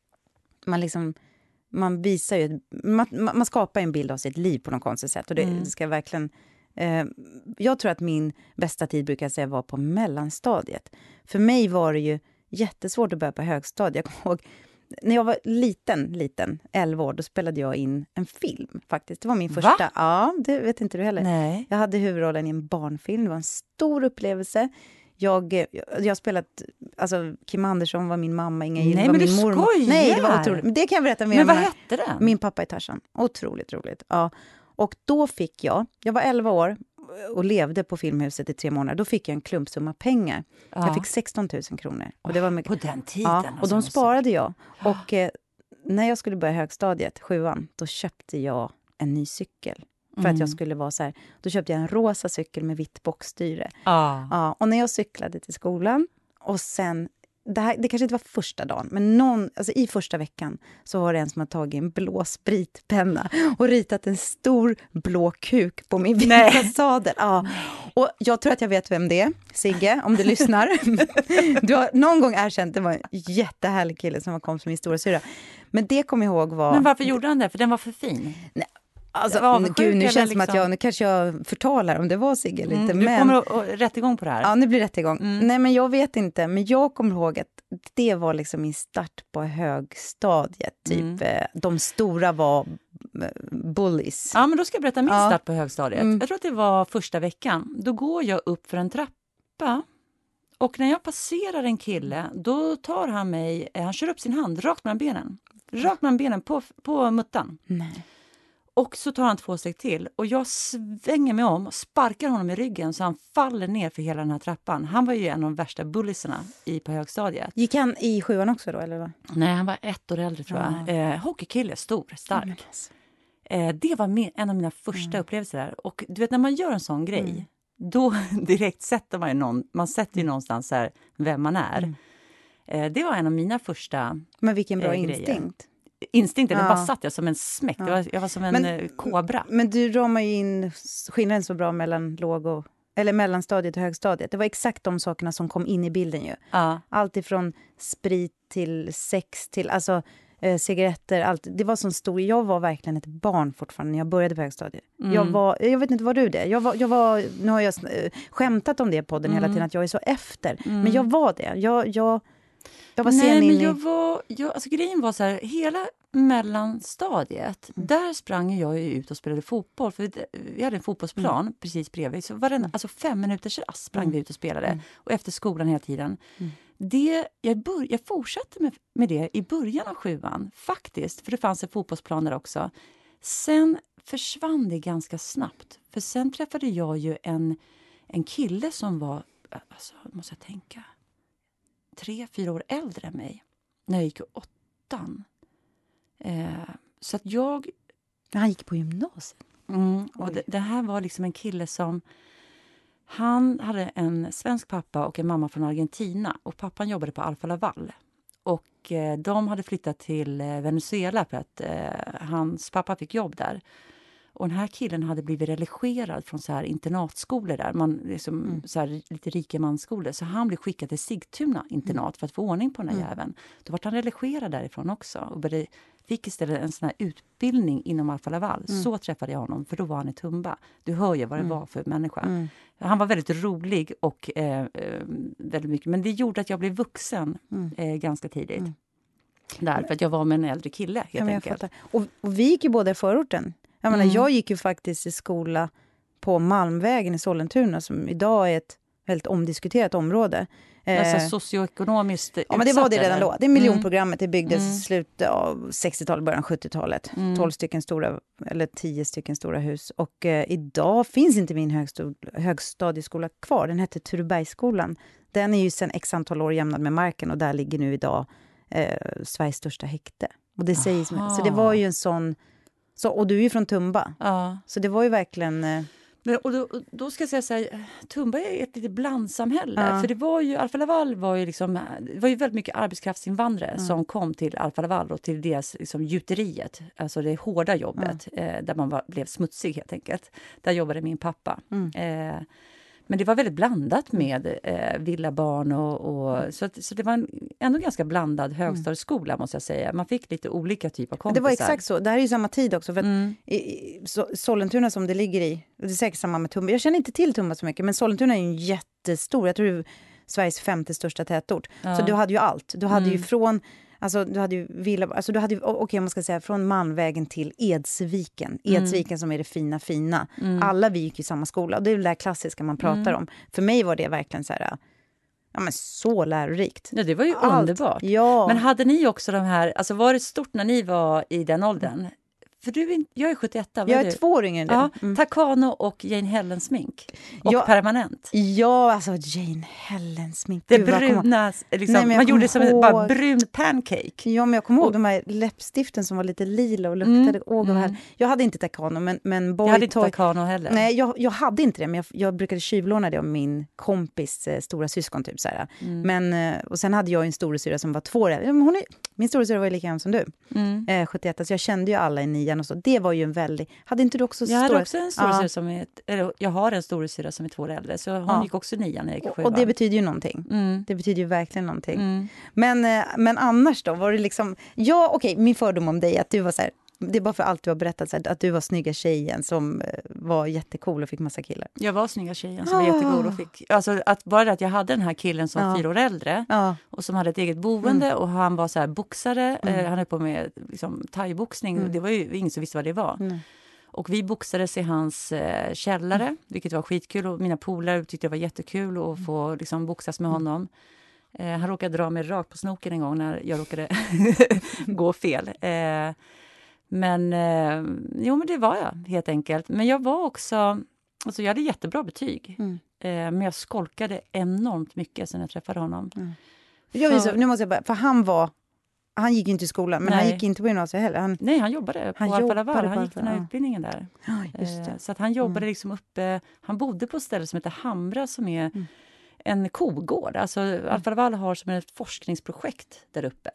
man visar ju, man skapar en bild av sitt liv på något konstigt sätt. Och det ska verkligen, jag tror att min bästa tid brukar jag säga var på mellanstadiet. För mig var det ju jättesvårt att börja på högstadiet. Jag kommer ihåg, när jag var liten, 11 år, då spelade jag in en film faktiskt. Det var min första. Va? Ja, det vet inte du heller. Nej. Jag hade huvudrollen i en barnfilm, det var en stor upplevelse. Jag spelat, alltså Kim Andersson var min mamma, Inga Gill var min mormor.
Skojar.
Nej, det var otroligt. Men det kan jag berätta mer om.
Men vad hette den?
Min pappa i Tarzan. Otroligt roligt. Ja. Och då fick jag var 11 år och levde på Filmhuset i 3 månader. Då fick jag en klumpsumma pengar. Ja. Jag fick 16 000 kronor. Och det var mycket.
På den tiden.
Ja, och de sparade jag. Och när jag skulle börja högstadiet, 7:an, då köpte jag en ny cykel. För att jag skulle vara så här. Då köpte jag en rosa cykel med vitt bockstyre. Ja, och när jag cyklade till skolan. Och sen, det kanske inte var första dagen. Men i första veckan så var det en som har tagit en blå spritpenna. Och ritat en stor blå kuk på min vita sadel. Ja. Och jag tror att jag vet vem det är. Sigge, om du lyssnar. Du har någon gång erkänt att det var en jättehärlig kille som kom som min stora syra. Men det kom jag ihåg var...
Men varför gjorde han det? För den var för fin.
Nej. Alltså, gud, nu känns det som att nu kanske jag förtalar om det var Sigge lite.
Du kommer att rättegång på det här.
Ja, nu blir rättegång. Nej, men jag vet inte. Men jag kommer ihåg att det var liksom min start på högstadiet. Typ. De stora var bullies.
Ja, men då ska jag berätta min start på högstadiet. Jag tror att det var första veckan. Då går jag upp för en trappa. Och när jag passerar en kille, då tar han mig, han kör upp sin hand rakt mellan benen. Rakt mellan benen på muttan. Nej. Och så tar han 2 steg till och jag svänger mig om och sparkar honom i ryggen så han faller ner för hela den här trappan. Han var ju en av de värsta bullisarna på högstadiet.
Gick han i 7:an också då, eller vad?
Nej, han var 1 år äldre tror jag. Hockeykille, stor, stark. Det var en av mina första upplevelser där. Och du vet, när man gör en sån grej, då direkt sätter man ju man sätter ju någonstans här vem man är. Det var en av mina första
Men vilken bra
grejer.
Instinkten,
den bara satt jag som en smäck. Jag var som en kobra.
Men du ramar ju in skillnaden så bra mellan mellanstadiet och högstadiet. Det var exakt de sakerna som kom in i bilden ju.
Ja.
Allt ifrån sprit till sex till cigaretter. Allt. Det var så stor. Jag var verkligen ett barn fortfarande när jag började på högstadiet. Jag vet inte, var du det? Nu har jag skämtat om det i podden hela tiden att jag är så efter. Men jag var det. Jag var sen in i...
Alltså grejen var så här, hela mellanstadiet, där sprang jag ju ut och spelade fotboll. För vi hade en fotbollsplan precis bredvid. Så alltså 5 minuters rast sprang vi ut och spelade. Och efter skolan hela tiden. Jag fortsatte med det i början av 7:an, faktiskt. För det fanns en fotbollsplan där också. Sen försvann det ganska snabbt. För sen träffade jag ju en kille som var, alltså måste jag tänka... 3-4 år äldre än mig. När jag gick i 8:an. Så att
Han gick på gymnasiet.
Och det här var liksom en kille som... Han hade en svensk pappa och en mamma från Argentina. Och pappan jobbade på Alfa Laval. Och de hade flyttat till Venezuela för att hans pappa fick jobb där. Och den här killen hade blivit religerad från så här internatskolor där. Man liksom, så här, lite rikemansskolor. Så han blev skickad till Sigtuna internat för att få ordning på den här jäveln. Då var han religerad därifrån också. Och fick istället en sån här utbildning inom Alfa Laval. Så träffade jag honom, för då var han i Tumba. Du hör ju vad det var för människa. Han var väldigt rolig och väldigt mycket. Men det gjorde att jag blev vuxen ganska tidigt. Därför att jag var med en äldre kille helt enkelt.
Och vi gick ju båda i förorten. Jag gick ju faktiskt i skola på Malmvägen i Sollentuna som idag är ett väldigt omdiskuterat område.
Alltså socioekonomiskt utsatt.
Ja, men det var det redan då. Det är miljonprogrammet. Det byggdes i slutet av 60-talet, början 70-talet. 12 stycken stora, eller 10 stycken stora hus. Och idag finns inte min högstadieskola kvar. Den hette Turubergsskolan. Den är ju sedan x antal år jämnad med marken. Och där ligger nu idag Sveriges största häkte. Och det sägs, så det var ju en sån... och du är ju från Tumba.
Ja.
Så det var ju verkligen...
Och då ska jag säga så här, Tumba är ett lite blandsamhälle. För det var ju, Alfa Laval var ju liksom, det var ju väldigt mycket arbetskraftsinvandrare som kom till Alfa Laval och till deras liksom gjuteriet. Alltså det hårda jobbet, där man blev smutsig helt enkelt. Där jobbade min pappa. Men det var väldigt blandat med villabarn så det var en ändå ganska blandad högstadieskola måste jag säga. Man fick lite olika typer av kompisar.
Det var exakt så. Det här är ju samma tid också. För att Sollentuna som det ligger i, det är säkert samma med Tumba. Jag känner inte till Tumba så mycket, men Sollentuna är ju en jättestor, jag tror det är Sveriges 5:e största tätort. Så du hade ju allt. Du hade ju från... Alltså du hade ju man ska säga från Malmvägen till Edsviken. Edsviken som är det fina. Alla vi gick i samma skola. Och det är det där klassiska man pratar om. För mig var det verkligen så här, ja men så lärorikt.
Ja, det var ju underbart.
Ja.
Men hade ni också de här, alltså var det stort när ni var i den åldern? För jag är 71.
Jag är 2 år yngre än du.
Takano och Jane Helen smink. Och permanent.
Ja, alltså Jane Helen smink.
Det bruna, liksom, man gjorde det som en bara brun pancake.
Ja, men jag kommer ihåg de här läppstiften som var lite lila och luktade. Jag hade inte Takano, men
jag hade inte Takano heller.
Nej, jag hade inte det, men jag brukade tjuvlåna det av min kompis stora syskon typ så här. Men och sen hade jag en storasyra som var 2 år äldre. Min storasyra var ju lika gammal som du. 71, så jag kände ju alla i 9:an och så. Det var ju en väldig... Hade inte du också
Jag hade också en storasyra som är... Eller jag har en storasyra som är 2 år äldre. Så hon gick också 9:an när jag gick 7:an.
Och det betyder ju någonting. Det betyder ju verkligen någonting. Men annars då? Var det liksom... Ja, okej, min fördom om dig att du var så här... Det är bara för allt du har berättat, så här, att du var snygga tjejen som var jättecool och fick massa killar.
Jag var snygga tjejen som var jättecool och fick... Alltså bara det att jag hade den här killen som var 4 år äldre och som hade ett eget boende och han var så här boxare. Han höll på med liksom, thaiboxning. Det var ju ingen som visste vad det var. Och vi boxades i hans källare, vilket var skitkul. Och mina polare tyckte det var jättekul att få liksom, boxas med honom. Han råkade dra mig rakt på snoken en gång när jag råkade gå fel. Men jo, men det var jag helt enkelt. Men jag var också, alltså jag hade jättebra betyg. Men jag skolkade enormt mycket sen jag träffade honom.
Nu måste jag bara, för han gick inte i skolan, men han gick inte på gymnasiet heller.
Nej, han jobbade på Alfa Laval. Han gick den här utbildningen där. Så att han jobbade liksom uppe, han bodde på ett ställe som heter Hamra som är en kogård. Alltså Alfa Laval har som ett forskningsprojekt där uppe.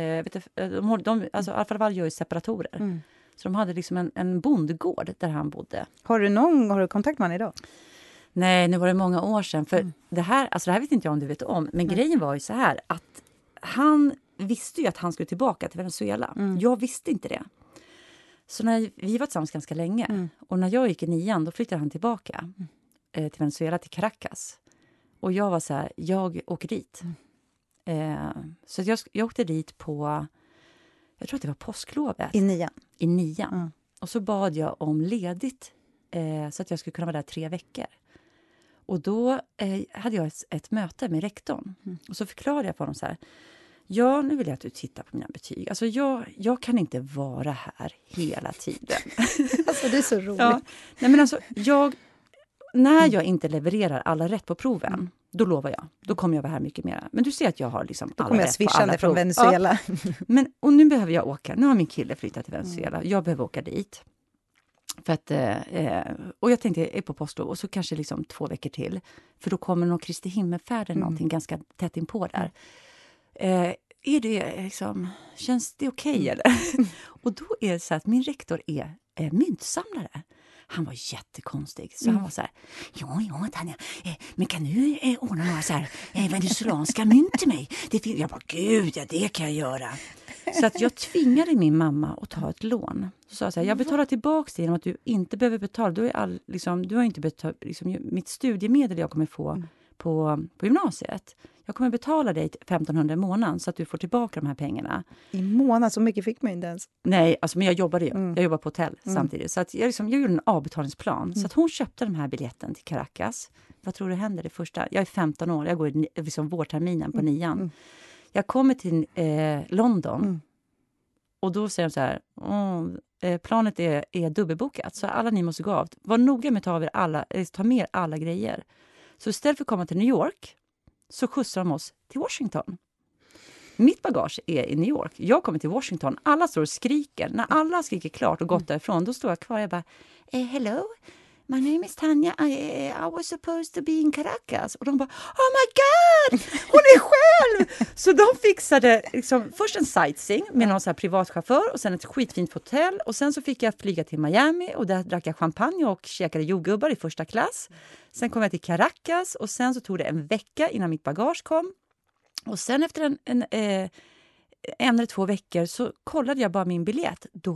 Alltså Alfa Laval gör ju separatorer. Så de hade liksom en bondgård där han bodde.
Har du kontakt med honom idag?
Nej, nu var det många år sedan. För det här vet inte jag om du vet om. Men grejen var ju så här att han visste ju att han skulle tillbaka till Venezuela. Jag visste inte det. Så vi var tillsammans ganska länge. Och när jag gick i 9:an, då flyttade han tillbaka till Venezuela, till Caracas. Och jag var så här, jag åker dit. Så jag åkte dit på, jag tror att det var påsklovet.
I 9:an?
I 9:an. Och så bad jag om ledigt så att jag skulle kunna vara där 3 veckor. Och då hade jag ett möte med rektorn. Och så förklarade jag för honom så här. Ja, nu vill jag att du tittar på mina betyg. Alltså jag kan inte vara här hela tiden.
Alltså det är så roligt.
Ja. Nej, men alltså när jag inte levererar alla rätt på proven, då lovar jag. Då kommer jag vara här mycket mer. Men du ser att jag har liksom alla rätt på alla prov. Då kommer jag
från Venezuela.
Ja. Och nu behöver jag åka. Nu har min kille flyttat till Venezuela. Jag behöver åka dit. För att, och jag tänkte, jag är på postlov och så kanske liksom 2 veckor till. För då kommer nog Kristi himmelfärd eller någonting ganska tätt inpå där. Är det liksom, känns det okej eller? Och då är det så att min rektor är myntsamlare. Han var jättekonstig. Så han var så här, ja Tanja, men kan du ordna några så här venezuelanska mynt till mig? Jag bara, gud, ja, det kan jag göra. Så att jag tvingade min mamma att ta ett lån. Så sa jag så här, jag betalar tillbaka det genom att du inte behöver betala. Du har inte betalat, liksom, mitt studiemedel jag kommer få på gymnasiet. Jag kommer betala dig 1500 i månaden så att du får tillbaka de här pengarna.
I månaden? Så mycket fick man inte ens.
Nej, alltså, men jag jobbade ju. Jag jobbade på hotell samtidigt. Så att jag gjorde en avbetalningsplan. Så att hon köpte den här biljetten till Caracas. Vad tror du händer det första? Jag är 15 år. Jag går liksom vårterminen på 9:an. Jag kommer till London. Och då säger de så här, planet är dubbelbokat. Så alla ni måste gå av. Var noga med att ta med alla grejer. Så istället för att komma till New York så skjutsar de oss till Washington. Mitt bagage är i New York. Jag kommer till Washington. Alla står och skriker. När alla skriker klart och gått därifrån, då står jag kvar. Jag bara, hello, my name is Tanja. I was supposed to be in Caracas. Och de bara, oh my god, hon är själv! Så de fixade liksom, först en sightseeing med någon så här privatchaufför och sen ett skitfint hotell. Och sen så fick jag flyga till Miami och där drack jag champagne och käkade jordgubbar i första klass. Sen kom jag till Caracas och sen så tog det en vecka innan mitt bagage kom. Och sen efter en eller 2 veckor så kollade jag bara min biljett. Då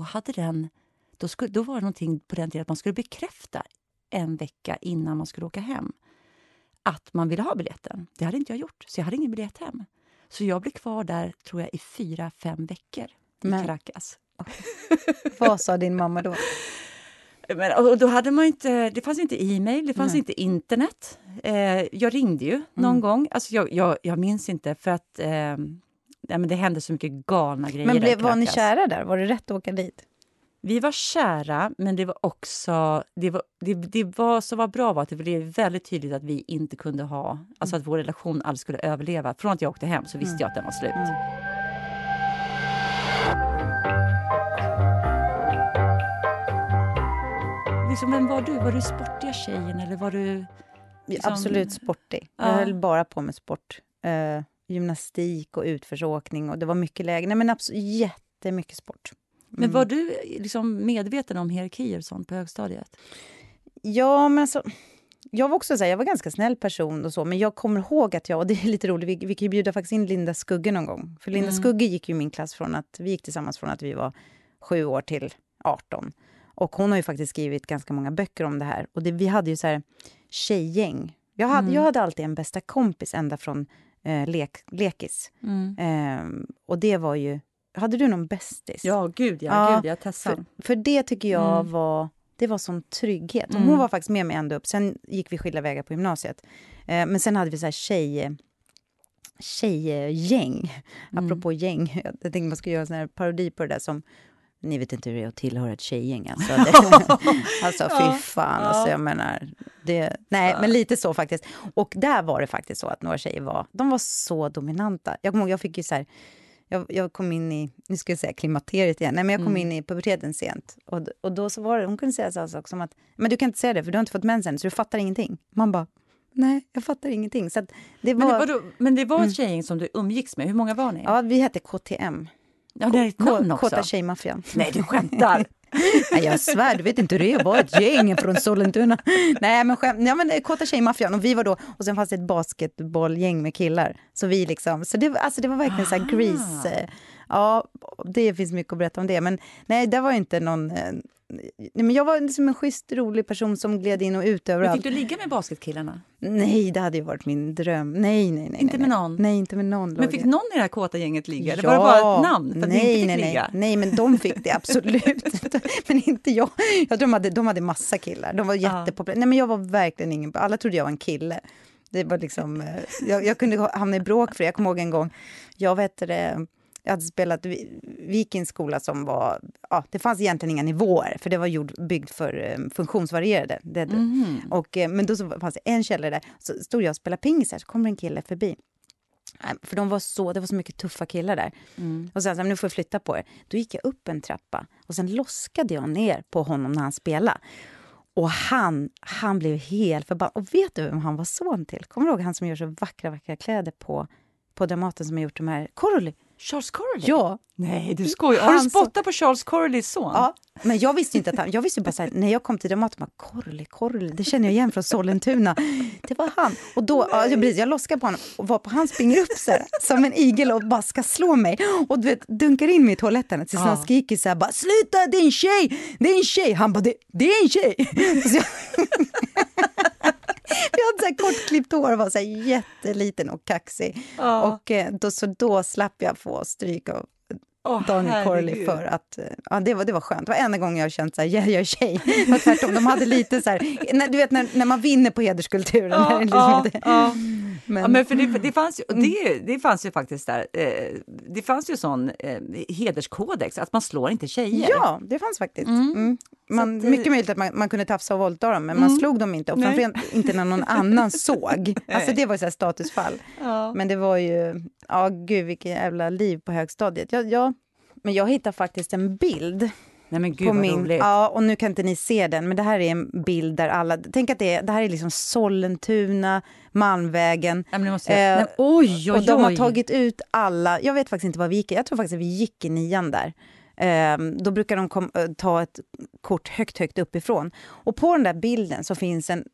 var det någonting på den tiden att man skulle bekräfta en vecka innan man skulle åka hem att man ville ha biljetten. Det hade inte jag gjort, så jag hade ingen biljett hem. Så jag blev kvar där, tror jag, i 4-5 veckor i Caracas.
Vad sa din mamma då?
Och då hade man inte, det fanns inte e-mail, det fanns inte internet. Jag ringde ju någon gång. Alltså jag minns inte för att men det hände så mycket galna grejer.
Men var ni kära där? Var det rätt att åka dit?
Vi var kära, men det var också så var bra var att det blev väldigt tydligt att vi inte kunde ha, alltså att vår relation aldrig skulle överleva. Från att jag åkte hem så visste jag att den var slut. Liksom, vem var du? Var du sportiga tjejen eller var du... Liksom...
Absolut sportig. Jag höll bara på med sport. Gymnastik och utförsåkning och det var mycket läge. Nej, men absolut jättemycket sport.
Men var du liksom medveten om hierarkier och sånt på högstadiet?
Ja, men alltså... Jag var också så här, jag var ganska snäll person och så, men jag kommer ihåg att och det är lite roligt, vi kan ju bjuda faktiskt in Linda Skugge någon gång. För Linda Skugge gick ju i min klass vi gick tillsammans från att vi var 7 år till 18. Och hon har ju faktiskt skrivit ganska många böcker om det här. Och vi hade ju så här tjejgäng. Jag hade alltid en bästa kompis ända från lekis. Och det var ju... Hade du någon bästis?
Ja, gud ja, Tessan.
För det tycker jag var sån trygghet. Och hon var faktiskt med mig ända upp. Sen gick vi skilda vägar på gymnasiet. Men sen hade vi så här tjejgäng. Apropå gäng. Jag tänkte man skulle göra en sån här parodi på det där som ni vet inte hur det är att tillhöra ett tjejgäng. Alltså, alltså fy fan. Alltså, jag menar, men lite så faktiskt. Och där var det faktiskt så att några tjejer de var så dominanta. Jag kommer ihåg, jag fick ju så här, jag kom in i, nu ska jag säga klimakteriet igen. Nej, men jag kom in i puberteten sent. Och då så var det, hon kunde säga så saker som att, men du kan inte säga det för du har inte fått mensen så du fattar ingenting. Man bara, nej, jag fattar ingenting. Så att det var...
Men det var ett tjejgäng som du umgicks med. Hur många var ni?
Ja, vi hette KTM.
Ja, det är ett namn också.
Kåta tjejmaffian.
Nej, du skämtar.
Nej, jag svär, du vet inte hur det var ett gäng från Sollentuna. Nej, men Kåta tjejmaffian. Och vi var då, och sen fanns det ett basketbollgäng med killar. Så vi liksom, så det var verkligen så här Grease. Ja, det finns mycket att berätta om det. Men nej, det var inte någon... Men jag var liksom en schysst, rolig person som gled in och ut överallt.
Men fick du ligga med basketkillarna?
Nej, det hade ju varit min dröm. Nej.
Inte med någon?
Nej, inte med någon.
Men fick någon i det här kåta gänget ligga? Eller var det bara ett namn för att ni inte fick ligga?
Nej, men de fick det absolut. Men inte jag. Jag tror de hade massa killar. De var jättepopulära. Nej, men jag var verkligen ingen... Alla trodde jag var en kille. Det var liksom... Jag kunde hamna i bråk för det. Jag kommer ihåg en gång. Jag hade spelat Vikingskola som var... Ja, det fanns egentligen inga nivåer. För det var byggt för funktionsvarierade. Men då så fanns det en källare där. Så stod jag och spelade pingis här. Så kommer en kille förbi. För det var så mycket tuffa killar där. Och sen så nu får jag flytta på er. Då gick jag upp en trappa. Och sen loskade jag ner på honom när han spelade. Och han blev helt förbannad. Och vet du vem han var son till? Kommer du ihåg han som gör så vackra kläder på Dramaten som har gjort de här... Corley.
Charles Corley?
Ja.
Nej, du skojar. Har du spottat på Charles Corleys son?
Ja, men jag visste inte att jag visste bara så här, när jag kom till Dramaten, Corley, det känner jag igen från Sollentuna. Det var han. Och då, jag loskade på honom och var på han springer upp så här, som en igel och bara ska slå mig. Och du vet, dunkar in mig i toaletten. Tills han skriker så här, bara, sluta, det är en tjej. Han bara, det är en tjej. Så jag hade så här kortklippt hår och var så här jätteliten och kaxig. Och då slapp jag få stryk av Daniel Corley för att det var skönt. Det var enda gången jag känt så här, jag är tjej. Och tvärtom, de hade lite så här, du vet när man vinner på hederskulturen.
Men för det fanns ju faktiskt där. Det fanns ju sån hederskodex att man slår inte tjejer.
Ja, det fanns faktiskt. Mycket möjligt att man kunde tafsa och våldta dem, men man slog dem inte. Och framförallt inte när någon annan såg. Alltså det var ju så här statusfall. Men det var ju, gud vilket jävla liv på högstadiet. Men jag hittade faktiskt en bild.
Nej men gud vad roligt.
Ja, och nu kan inte ni se den, men det här är en bild där alla... Tänk att det här är liksom Sollentuna, Malmvägen.
Ja, men måste oj.
Och de har tagit ut alla... Jag vet faktiskt inte vad vi gick. Jag tror faktiskt att vi gick i 9:an där. Då brukar de ta ett kort högt uppifrån. Och på den där bilden så finns en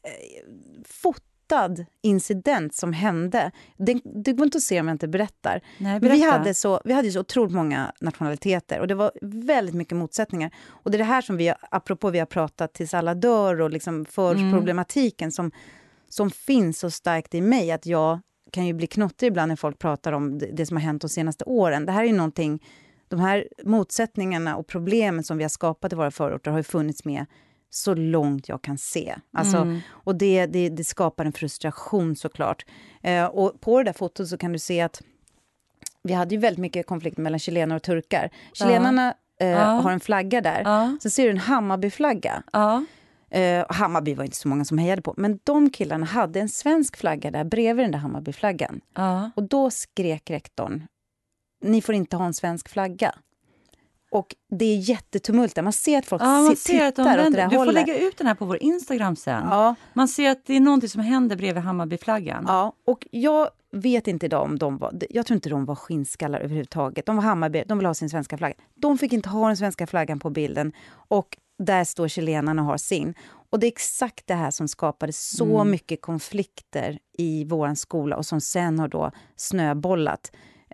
fotad incident som hände. Det går inte att se om jag inte berättar.
Nej,
men vi hade så otroligt många nationaliteter och det var väldigt mycket motsättningar. Och det är det här som vi har pratat tills alla dör och liksom för problematiken som finns så starkt i mig att jag kan ju bli knottrig ibland när folk pratar om det som har hänt de senaste åren. Det här är ju någonting, de här motsättningarna och problemen som vi har skapat i våra förorter har ju funnits med så långt jag kan se. Alltså, och det skapar en frustration såklart. Och på det där fotot så kan du se att vi hade ju väldigt mycket konflikt mellan chilener och turkar. Chilenarna har en flagga där. Så ser du en Hammarby-flagga. Hammarby var inte så många som hejade på. Men de killarna hade en svensk flagga där bredvid den där Hammarby-flaggan. Och då skrek rektorn, ni får inte ha en svensk flagga. Och det är jättetumult där. Man ser att folk tittar åt det där hållet.
Du får lägga ut den här på vår Instagram sen. Man ser att det är någonting som händer bredvid Hammarby-flaggan.
Ja, och jag vet inte idag om de var... Jag tror inte de var skinnskallar överhuvudtaget. De var Hammarby, de vill ha sin svenska flagga. De fick inte ha den svenska flaggan på bilden. Och där står chilenarna och har sin. Och det är exakt det här som skapade så mycket konflikter i våran skola. Och som sen har då snöbollat.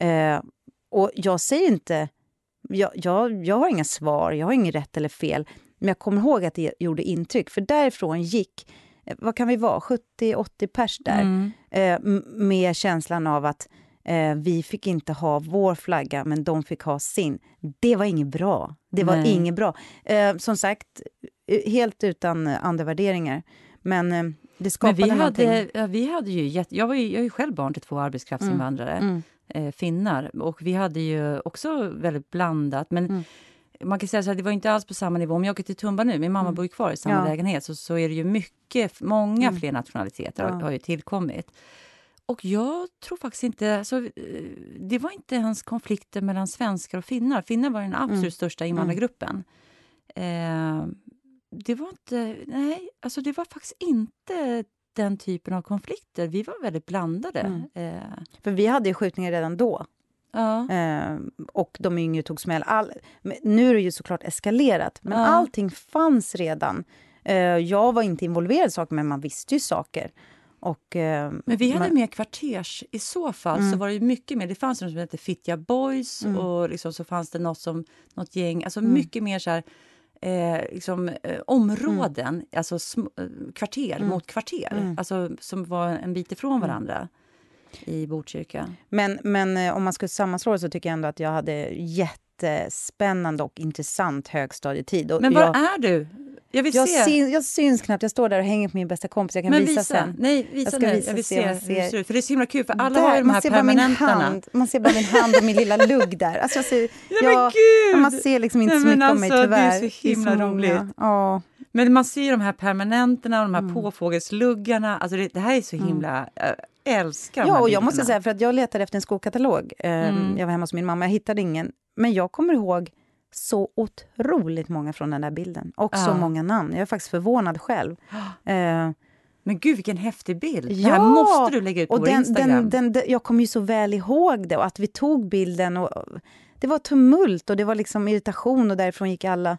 Och jag säger inte... Jag har inga svar, jag har inget rätt eller fel. Men jag kommer ihåg att det gjorde intryck. För därifrån gick, vad kan vi vara, 70-80 pers där. Med känslan av att vi fick inte ha vår flagga, men de fick ha sin. Det var inget bra. Det var inget bra. Som sagt, helt utan andra värderingar. Men det skapade någonting.
Vi hade ju, jag är ju själv barn till 2 arbetskraftsinvandrare. Finnar. Och vi hade ju också väldigt blandat. Men man kan säga så här, det var inte alls på samma nivå. Om jag åker till Tumba nu, min mamma bor ju kvar i samma lägenhet, så är det ju många fler nationaliteter har ju tillkommit. Och jag tror faktiskt inte, alltså, det var inte ens konflikter mellan svenskar och finnar. Finnar var den absolut största invandrargruppen. Det var inte, nej, alltså det var faktiskt inte den typen av konflikter. Vi var väldigt blandade.
För vi hade ju skjutningar redan då.
Ja.
Och de yngre tog smäll. Nu är det ju såklart eskalerat. Men allting fanns redan. Jag var inte involverad i saker, men man visste ju saker.
Men vi hade mer kvarters. I så fall så var det ju mycket mer. Det fanns något som hette Fittja Boys. Och liksom så fanns det något gäng. Alltså mycket mer så här... områden, alltså kvarter mot kvarter. Alltså som var en bit ifrån varandra i Botkyrka. Men
om man skulle sammanslå det så tycker jag ändå att jag hade jättespännande och intressant högstadietid.
Men var är du? Jag vill se.
Jag syns knappt. Jag står där och hänger på min bästa kompis. Jag kan visa sen.
Nej, visa nu. Jag vill se hur det ser ut. För det är så himla kul. För alla
där,
har ju de här permanenterna.
Man ser bara min hand och min lilla lugg där. Alltså man ser liksom inte så mycket av mig, tyvärr.
Det är så himla roligt.
Ja.
Men man ser de här permanenterna och de här påfågelsluggarna. Alltså det här är så himla... älskar de här
och jag
bilderna.
måste säga, för att jag letade efter en skokatalog. Jag var hemma hos min mamma. Jag hittade ingen. Men jag kommer ihåg så otroligt många från den där bilden. Och så många namn. Jag är faktiskt förvånad själv.
Men gud, vilken häftig bild. Det här måste du lägga ut på vår Instagram.
Jag kommer ju så väl ihåg det. Och att vi tog bilden. Och det var tumult och det var liksom irritation. Och därifrån gick alla...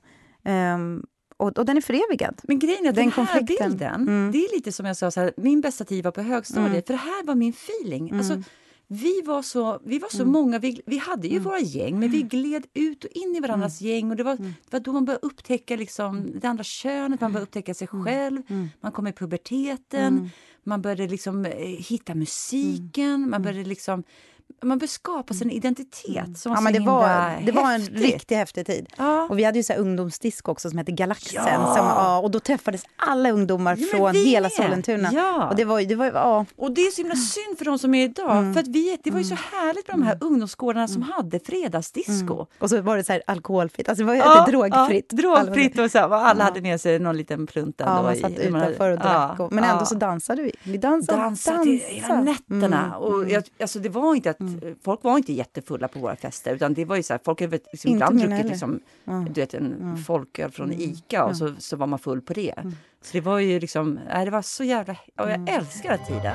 Och den är förevigad.
Men grejen är att den här bilden, det är lite som jag sa, så här, min bästa tid var på högstadiet. För det här var min feeling. Alltså, vi var så många, vi hade ju våra gäng, men vi gled ut och in i varandras gäng. Och det var då man började upptäcka liksom, det andra könet, man började upptäcka sig själv. Man kom i puberteten, man började liksom, hitta musiken, man började skapa sin identitet. Som var
det var en riktigt häftig tid. Ja. Och vi hade ju så här ungdomsdisk också som hette Galaxen. Och då träffades alla ungdomar från hela Sollentuna. Ja. Och det var
Och det är så himla synd för de som är idag. För att det var ju så härligt med de här ungdomsgårdarna som hade fredagsdisco.
Och så var det så här alkoholfritt. Alltså det var drogfritt.
Drogfritt och så här, alla hade med sig någon liten plunt.
Man satt utanför och drack. Men ändå så dansade vi. Vi dansade
till hela nätterna. Och alltså det var inte att folk var inte jättefulla på våra fester, utan det var ju så här, folk hade liksom ibland druckit liksom, du vet, en folköl från Ica och så var man full på det. Så det var ju liksom, det var så jävla, och jag älskar den tiden.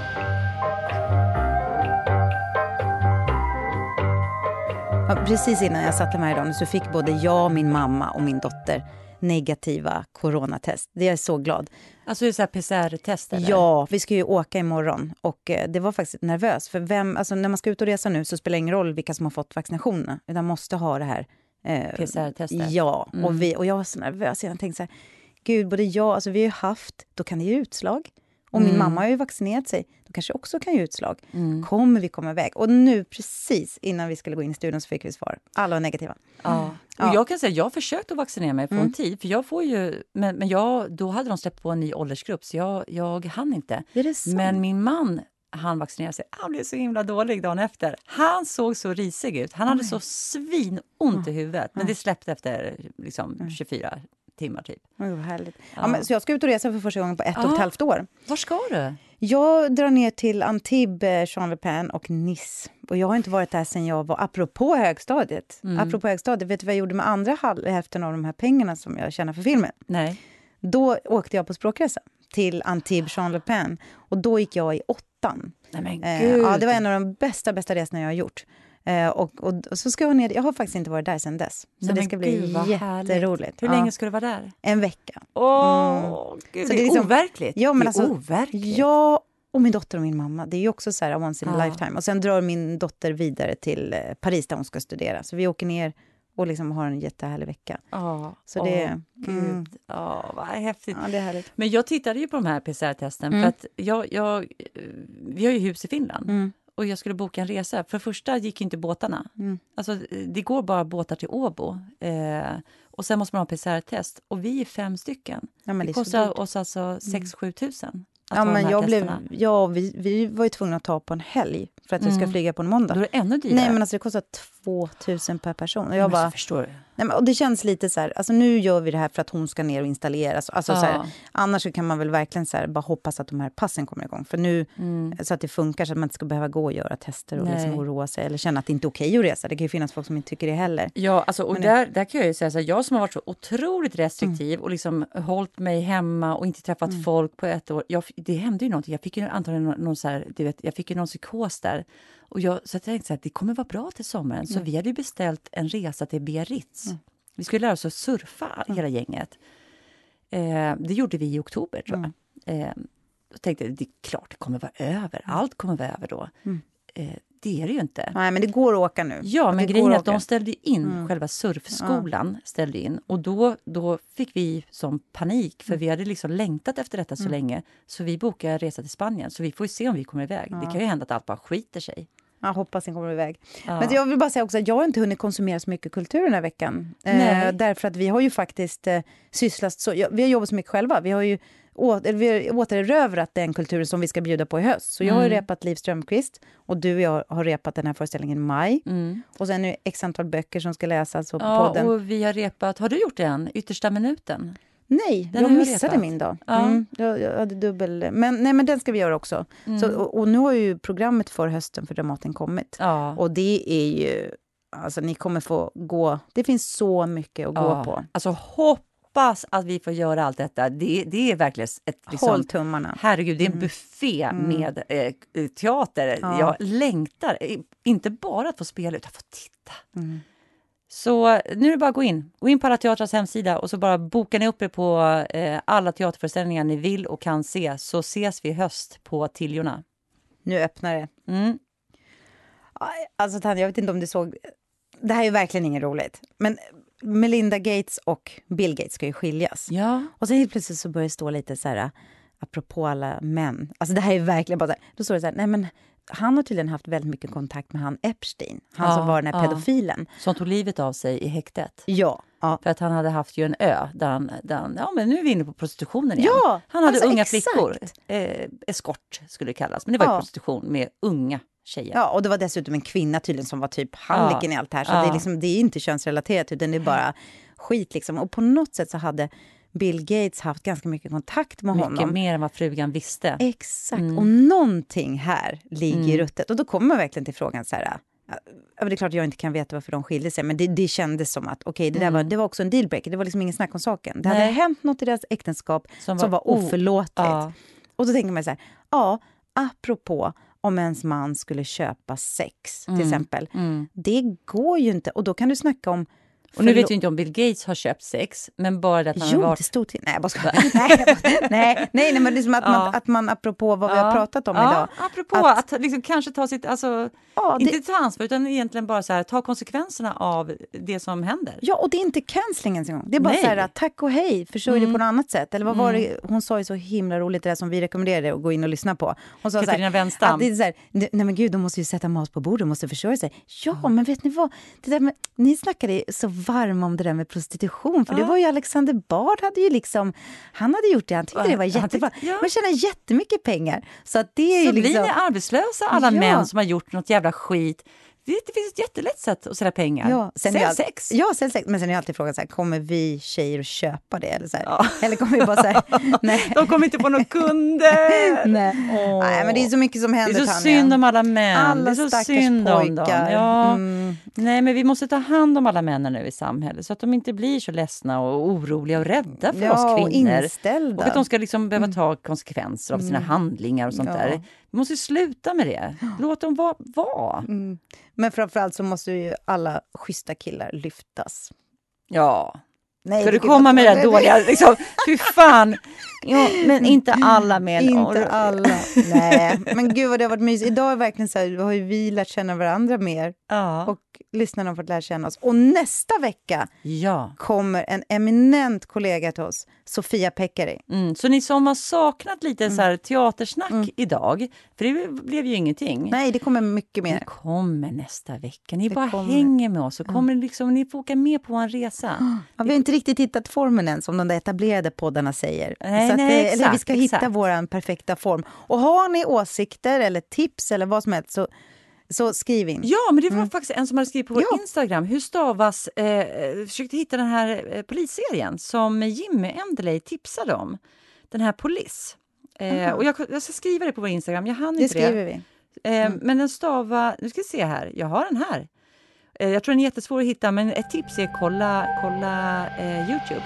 Ja, precis innan jag satte mig idag så fick både jag, min mamma och min dotter negativa coronatest. Det är jag så glad.
Alltså det är så här PCR-test eller?
Ja, vi ska ju åka imorgon och det var faktiskt nervös. För när man ska ut och resa nu så spelar det ingen roll vilka som har fått vaccinationerna. Utan måste ha det här.
PCR-testet?
Ja, och jag var så nervös. Jag tänkte så här, gud, både alltså vi har ju haft, då kan det ge utslag. Och min mamma har ju vaccinerat sig. Då kanske också kan ge utslag. Kommer vi komma iväg? Och nu precis innan vi skulle gå in i studion så fick vi svar. Alla var negativa.
Ja. Och jag kan säga, jag har försökt att vaccinera mig från tid. För jag får ju, men då hade de släppt på en ny åldersgrupp. Så jag hann inte.
Är det sant?
Men min man, han vaccinerade sig. Han blev så himla dålig dagen efter. Han såg så risig ut. Han hade så svinont i huvudet. Men det släppte efter liksom 24 timmar typ.
Vad härligt. Ja, så jag ska ut och resa för första gången på 1,5 år.
Var ska du?
Jag drar ner till Antibes, Jean-Le-Pen och Nice. Och jag har inte varit där sedan jag var, apropå högstadiet. Apropå högstadiet, vet du vad jag gjorde med andra hälften av de här pengarna som jag tjänar för filmen?
Nej.
Då åkte jag på språkresa till Antibes, Jean-Le-Pen. Och då gick jag i 8:an.
Nej men gud.
Ja, det var en av de bästa resorna jag har gjort. Och så ska jag ner. Jag har faktiskt inte varit där sedan dess. Så det ska bli jätteroligt.
Hur länge ska du vara där?
En vecka.
Gud,
så
det är liksom, overkligt.
Ja, men
det är overkligt.
Ja, och min dotter och min mamma. Det är ju också så här once in a lifetime. Och sen drar min dotter vidare till Paris där hon ska studera. Så vi åker ner och liksom har en jättehärlig vecka. Så det
gud. Vad häftigt.
Ja, det är härligt.
Men jag tittade ju på de här PCR-testen för att vi har ju hus i Finland. Och jag skulle boka en resa. För första gick inte båtarna. Alltså, det går bara båtar till Åbo. Och sen måste man ha PCR-test. Och vi är 5 stycken.
Ja, men
det kostar oss alltså 6-7 tusen.
Ja, men vi var ju tvungna att ta på en helg. För att vi ska flyga på en måndag.
Då är det ännu dyrare.
Nej, men alltså det kostar 2 000 per person. Och jag bara,
förstår du.
Nej, men, och det känns lite så här, alltså nu gör vi det här för att hon ska ner och installeras. Alltså, så här, annars så kan man väl verkligen så här, bara hoppas att de här passen kommer igång. För nu, så att det funkar så att man inte ska behöva gå och göra tester och liksom oroa sig. Eller känna att det inte är okej att resa. Det kan ju finnas folk som inte tycker det heller.
Ja, alltså, och där kan jag ju säga så här, jag som har varit så otroligt restriktiv och liksom hållit mig hemma och inte träffat folk på ett år. Det hände ju någonting. Jag fick ju antagligen någon så här, du vet, jag fick ju någon psykos där. Och så jag tänkte så här, det kommer vara bra till sommaren. Så vi hade ju beställt en resa till Biarritz. Vi skulle lära oss att surfa hela gänget. Det gjorde vi i oktober, tror jag. Jag tänkte, det är klart det kommer vara över. Allt kommer vara över då. Det är det ju inte.
Nej, men det går att åka nu.
Ja, men grejen är att de ställde in, själva surfskolan ställde in. Och då fick vi som panik, för vi hade liksom längtat efter detta så länge. Så vi bokade resa till Spanien. Så vi får ju se om vi kommer iväg. Det kan ju hända att allt bara skiter sig.
Jag hoppas den kommer iväg. Men jag vill bara säga också att jag har inte hunnit konsumera så mycket kultur den här veckan. Därför att vi har ju faktiskt sysslat så. Vi har jobbat så mycket själva. Vi har ju återerövrat den kulturen som vi ska bjuda på i höst. Så jag har ju repat Liv Strömquist. Och du och jag har repat den här föreställningen i maj. Och sen är det x antal böcker som ska läsas. Och podden.
Och vi har repat, har du gjort det än? Yttersta minuten?
Nej, jag missade min dag. Jag hade dubbel. Men den ska vi göra också. Så, och nu har ju programmet för hösten för Dramaten kommit. Och det är ju, alltså ni kommer få gå, det finns så mycket att gå på.
Alltså hoppas att vi får göra allt detta. Det är verkligen ett liksom,
håll tummarna.
Herregud, det är en buffé med teater. Jag längtar, inte bara att få spela utan att få titta. Så nu är det bara att gå in på alla teatrars hemsida och så bara bokar ni upp er på alla teaterföreställningar ni vill och kan se. Så ses vi i höst på Tiljorna.
Nu öppnar det. Alltså Tanja, jag vet inte om du såg, det här är ju verkligen inget roligt. Men Melinda Gates och Bill Gates ska ju skiljas.
Ja.
Och sen helt plötsligt så börjar det stå lite så här, apropå alla män. Alltså det här är verkligen bara så här, då står det så här, nej men han har tydligen haft väldigt mycket kontakt med han Epstein. Han som var den här pedofilen.
Som tog livet av sig i häktet.
Ja.
För att han hade haft ju en ö där han men nu är vi inne på prostitutionen igen.
Ja,
han hade
alltså,
unga
exakt.
flickor. Eskort skulle det kallas. Men det var ju prostitution med unga tjejer.
Ja, och det var dessutom en kvinna tydligen som var typ halliken i allt det här. Så det är liksom, det är inte könsrelaterat utan det är bara skit liksom. Och på något sätt så hade Bill Gates haft ganska mycket kontakt med honom.
Mycket mer än vad frugan visste.
Exakt. Och någonting här ligger i ruttet. Och då kommer man verkligen till frågan så här. Det är klart att jag inte kan veta varför de skilde sig. Men det kändes som att okej, det var också en dealbreaker. Det var liksom ingen snack om saken. Det hade hänt något i deras äktenskap som var oförlåtligt. Och då tänker man så här. Apropå om ens man skulle köpa sex till exempel. Det går ju inte. Och då kan du snacka om.
Och nu vet jag inte om Bill Gates har köpt sex, men bara att han har varit.
Det stod till. Nej, jag bara ska. nej, men det är som att man apropå vad vi har pratat om idag.
Apropå att liksom kanske ta sitt, alltså inte ta ansvar utan egentligen bara så här, ta konsekvenserna av det som händer.
Ja, och det är inte cancellingen en gång. Det är bara så här, tack och hej, försörj det på något annat sätt. Eller vad var det, hon sa ju så himla roligt det där som vi rekommenderade att gå in och lyssna på. Hon sa
Katarina Wenstam.
Det är så här, nej men gud, de måste ju sätta mat på bordet, de måste försörja sig. Ja, men vet ni vad? Det där med, ni snackade så varm om det där med prostitution, för det var ju Alexander Bard hade ju liksom, han hade gjort det, han tyckte det var jättebra. Man tjänar jättemycket pengar. Så att det är
så
ju liksom,
blir ni arbetslösa alla män som har gjort något jävla skit. Det finns ett jättelätt sätt att sälja pengar.
Ja,
sälj sex.
Ja, sälj sex. Men sen är alltid frågan så här, kommer vi tjejer att köpa det? Eller, så här? Eller kommer vi bara så här, nej.
De kommer inte få några kunder.
Nej. Nej, men det är så mycket som händer.
Det är så synd om alla män.
Alla
det är så
stackars
synd
pojkar.
Om dem. Ja. Nej, men vi måste ta hand om alla männen nu i samhället så att de inte blir så ledsna och oroliga och rädda för oss kvinnor.
Och inställda.
Och att de ska liksom behöva ta konsekvenser av sina handlingar och sånt där. Vi måste sluta med det. Låt dem vara.
Men framförallt så måste ju alla schyssta killar lyftas.
Ja.
Nej,
ska du komma med det dåliga? Liksom, fy fan. Ja, men inte alla män.
Inte alla. Nej, men gud vad det har varit mysigt. Idag är verkligen så här, har ju vi lärt känna varandra mer. Och lyssnarna har fått lära känna oss. Och nästa vecka kommer en eminent kollega till oss, Sofia Pekkari.
Så ni som har saknat lite så här teatersnack idag, för det blev ju ingenting.
Nej, det kommer mycket mer.
Det kommer nästa vecka. Ni bara hänger med oss och kommer liksom, ni får åka med på en resa.
Ja, vi har inte riktigt hittat formen än som de där etablerade poddarna säger.
Nej,
eller vi ska hitta vår perfekta form. Och har ni åsikter eller tips eller vad som helst så Så skriv in.
Ja, men det var faktiskt en som hade skrivit på vår Instagram. Hur stavas, försökte hitta den här polisserien som Jimmy Endeley tipsade om. Den här Polis. Och jag ska skriva det på vår Instagram, jag hann inte det.
Skriver vi.
Men den stava, nu ska vi se här, jag har den här. Jag tror den är jättesvår att hitta, men ett tips är kolla YouTube.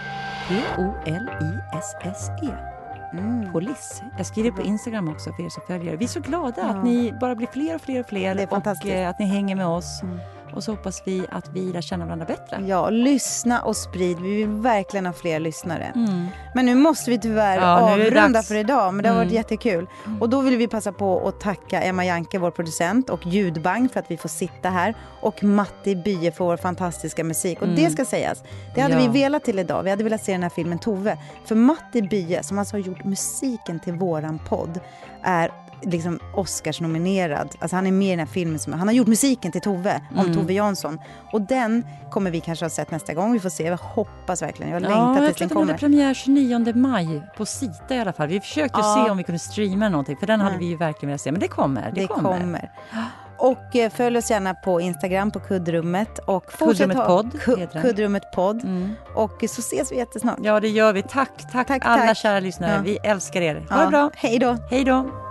Polisse. Polis. Jag skriver på Instagram också för er som följer. Vi är så glada att ni bara blir fler och fler och fler.
Det är fantastiskt.
Och att ni hänger med oss. Och så hoppas vi att vi lär känna varandra bättre.
Ja, lyssna och sprid. Vi vill verkligen ha fler lyssnare. Men nu måste vi tyvärr avrunda för idag. Men det har varit jättekul. Och då vill vi passa på att tacka Emma Janke, vår producent, och Ljudbang för att vi får sitta här. Och Matti Bye för vår fantastiska musik. Och det ska sägas, det hade vi velat till idag. Vi hade velat se den här filmen Tove. För Matti Bye, som alltså har gjort musiken till våran podd, är liksom Oscars-nominerad. Alltså han är med i den här filmen. Han har gjort musiken till Tove, om Tove Jansson. Och den kommer vi kanske ha sett nästa gång. Vi får se, jag hoppas verkligen. Jag längtar tills den kommer.
Jag tror att den hade premiär 29 maj på Sita i alla fall. Vi försökte se om vi kunde streama någonting. För den hade vi ju verkligen velat se. Men det kommer. Det kommer.
Och följ oss gärna på Instagram på Kuddrummet. Och Kuddrummet podd. Och så ses vi jättesnart.
Ja, det gör vi. Tack alla kära lyssnare. Vi älskar er. Ha det bra.
Hej då.
Hej då.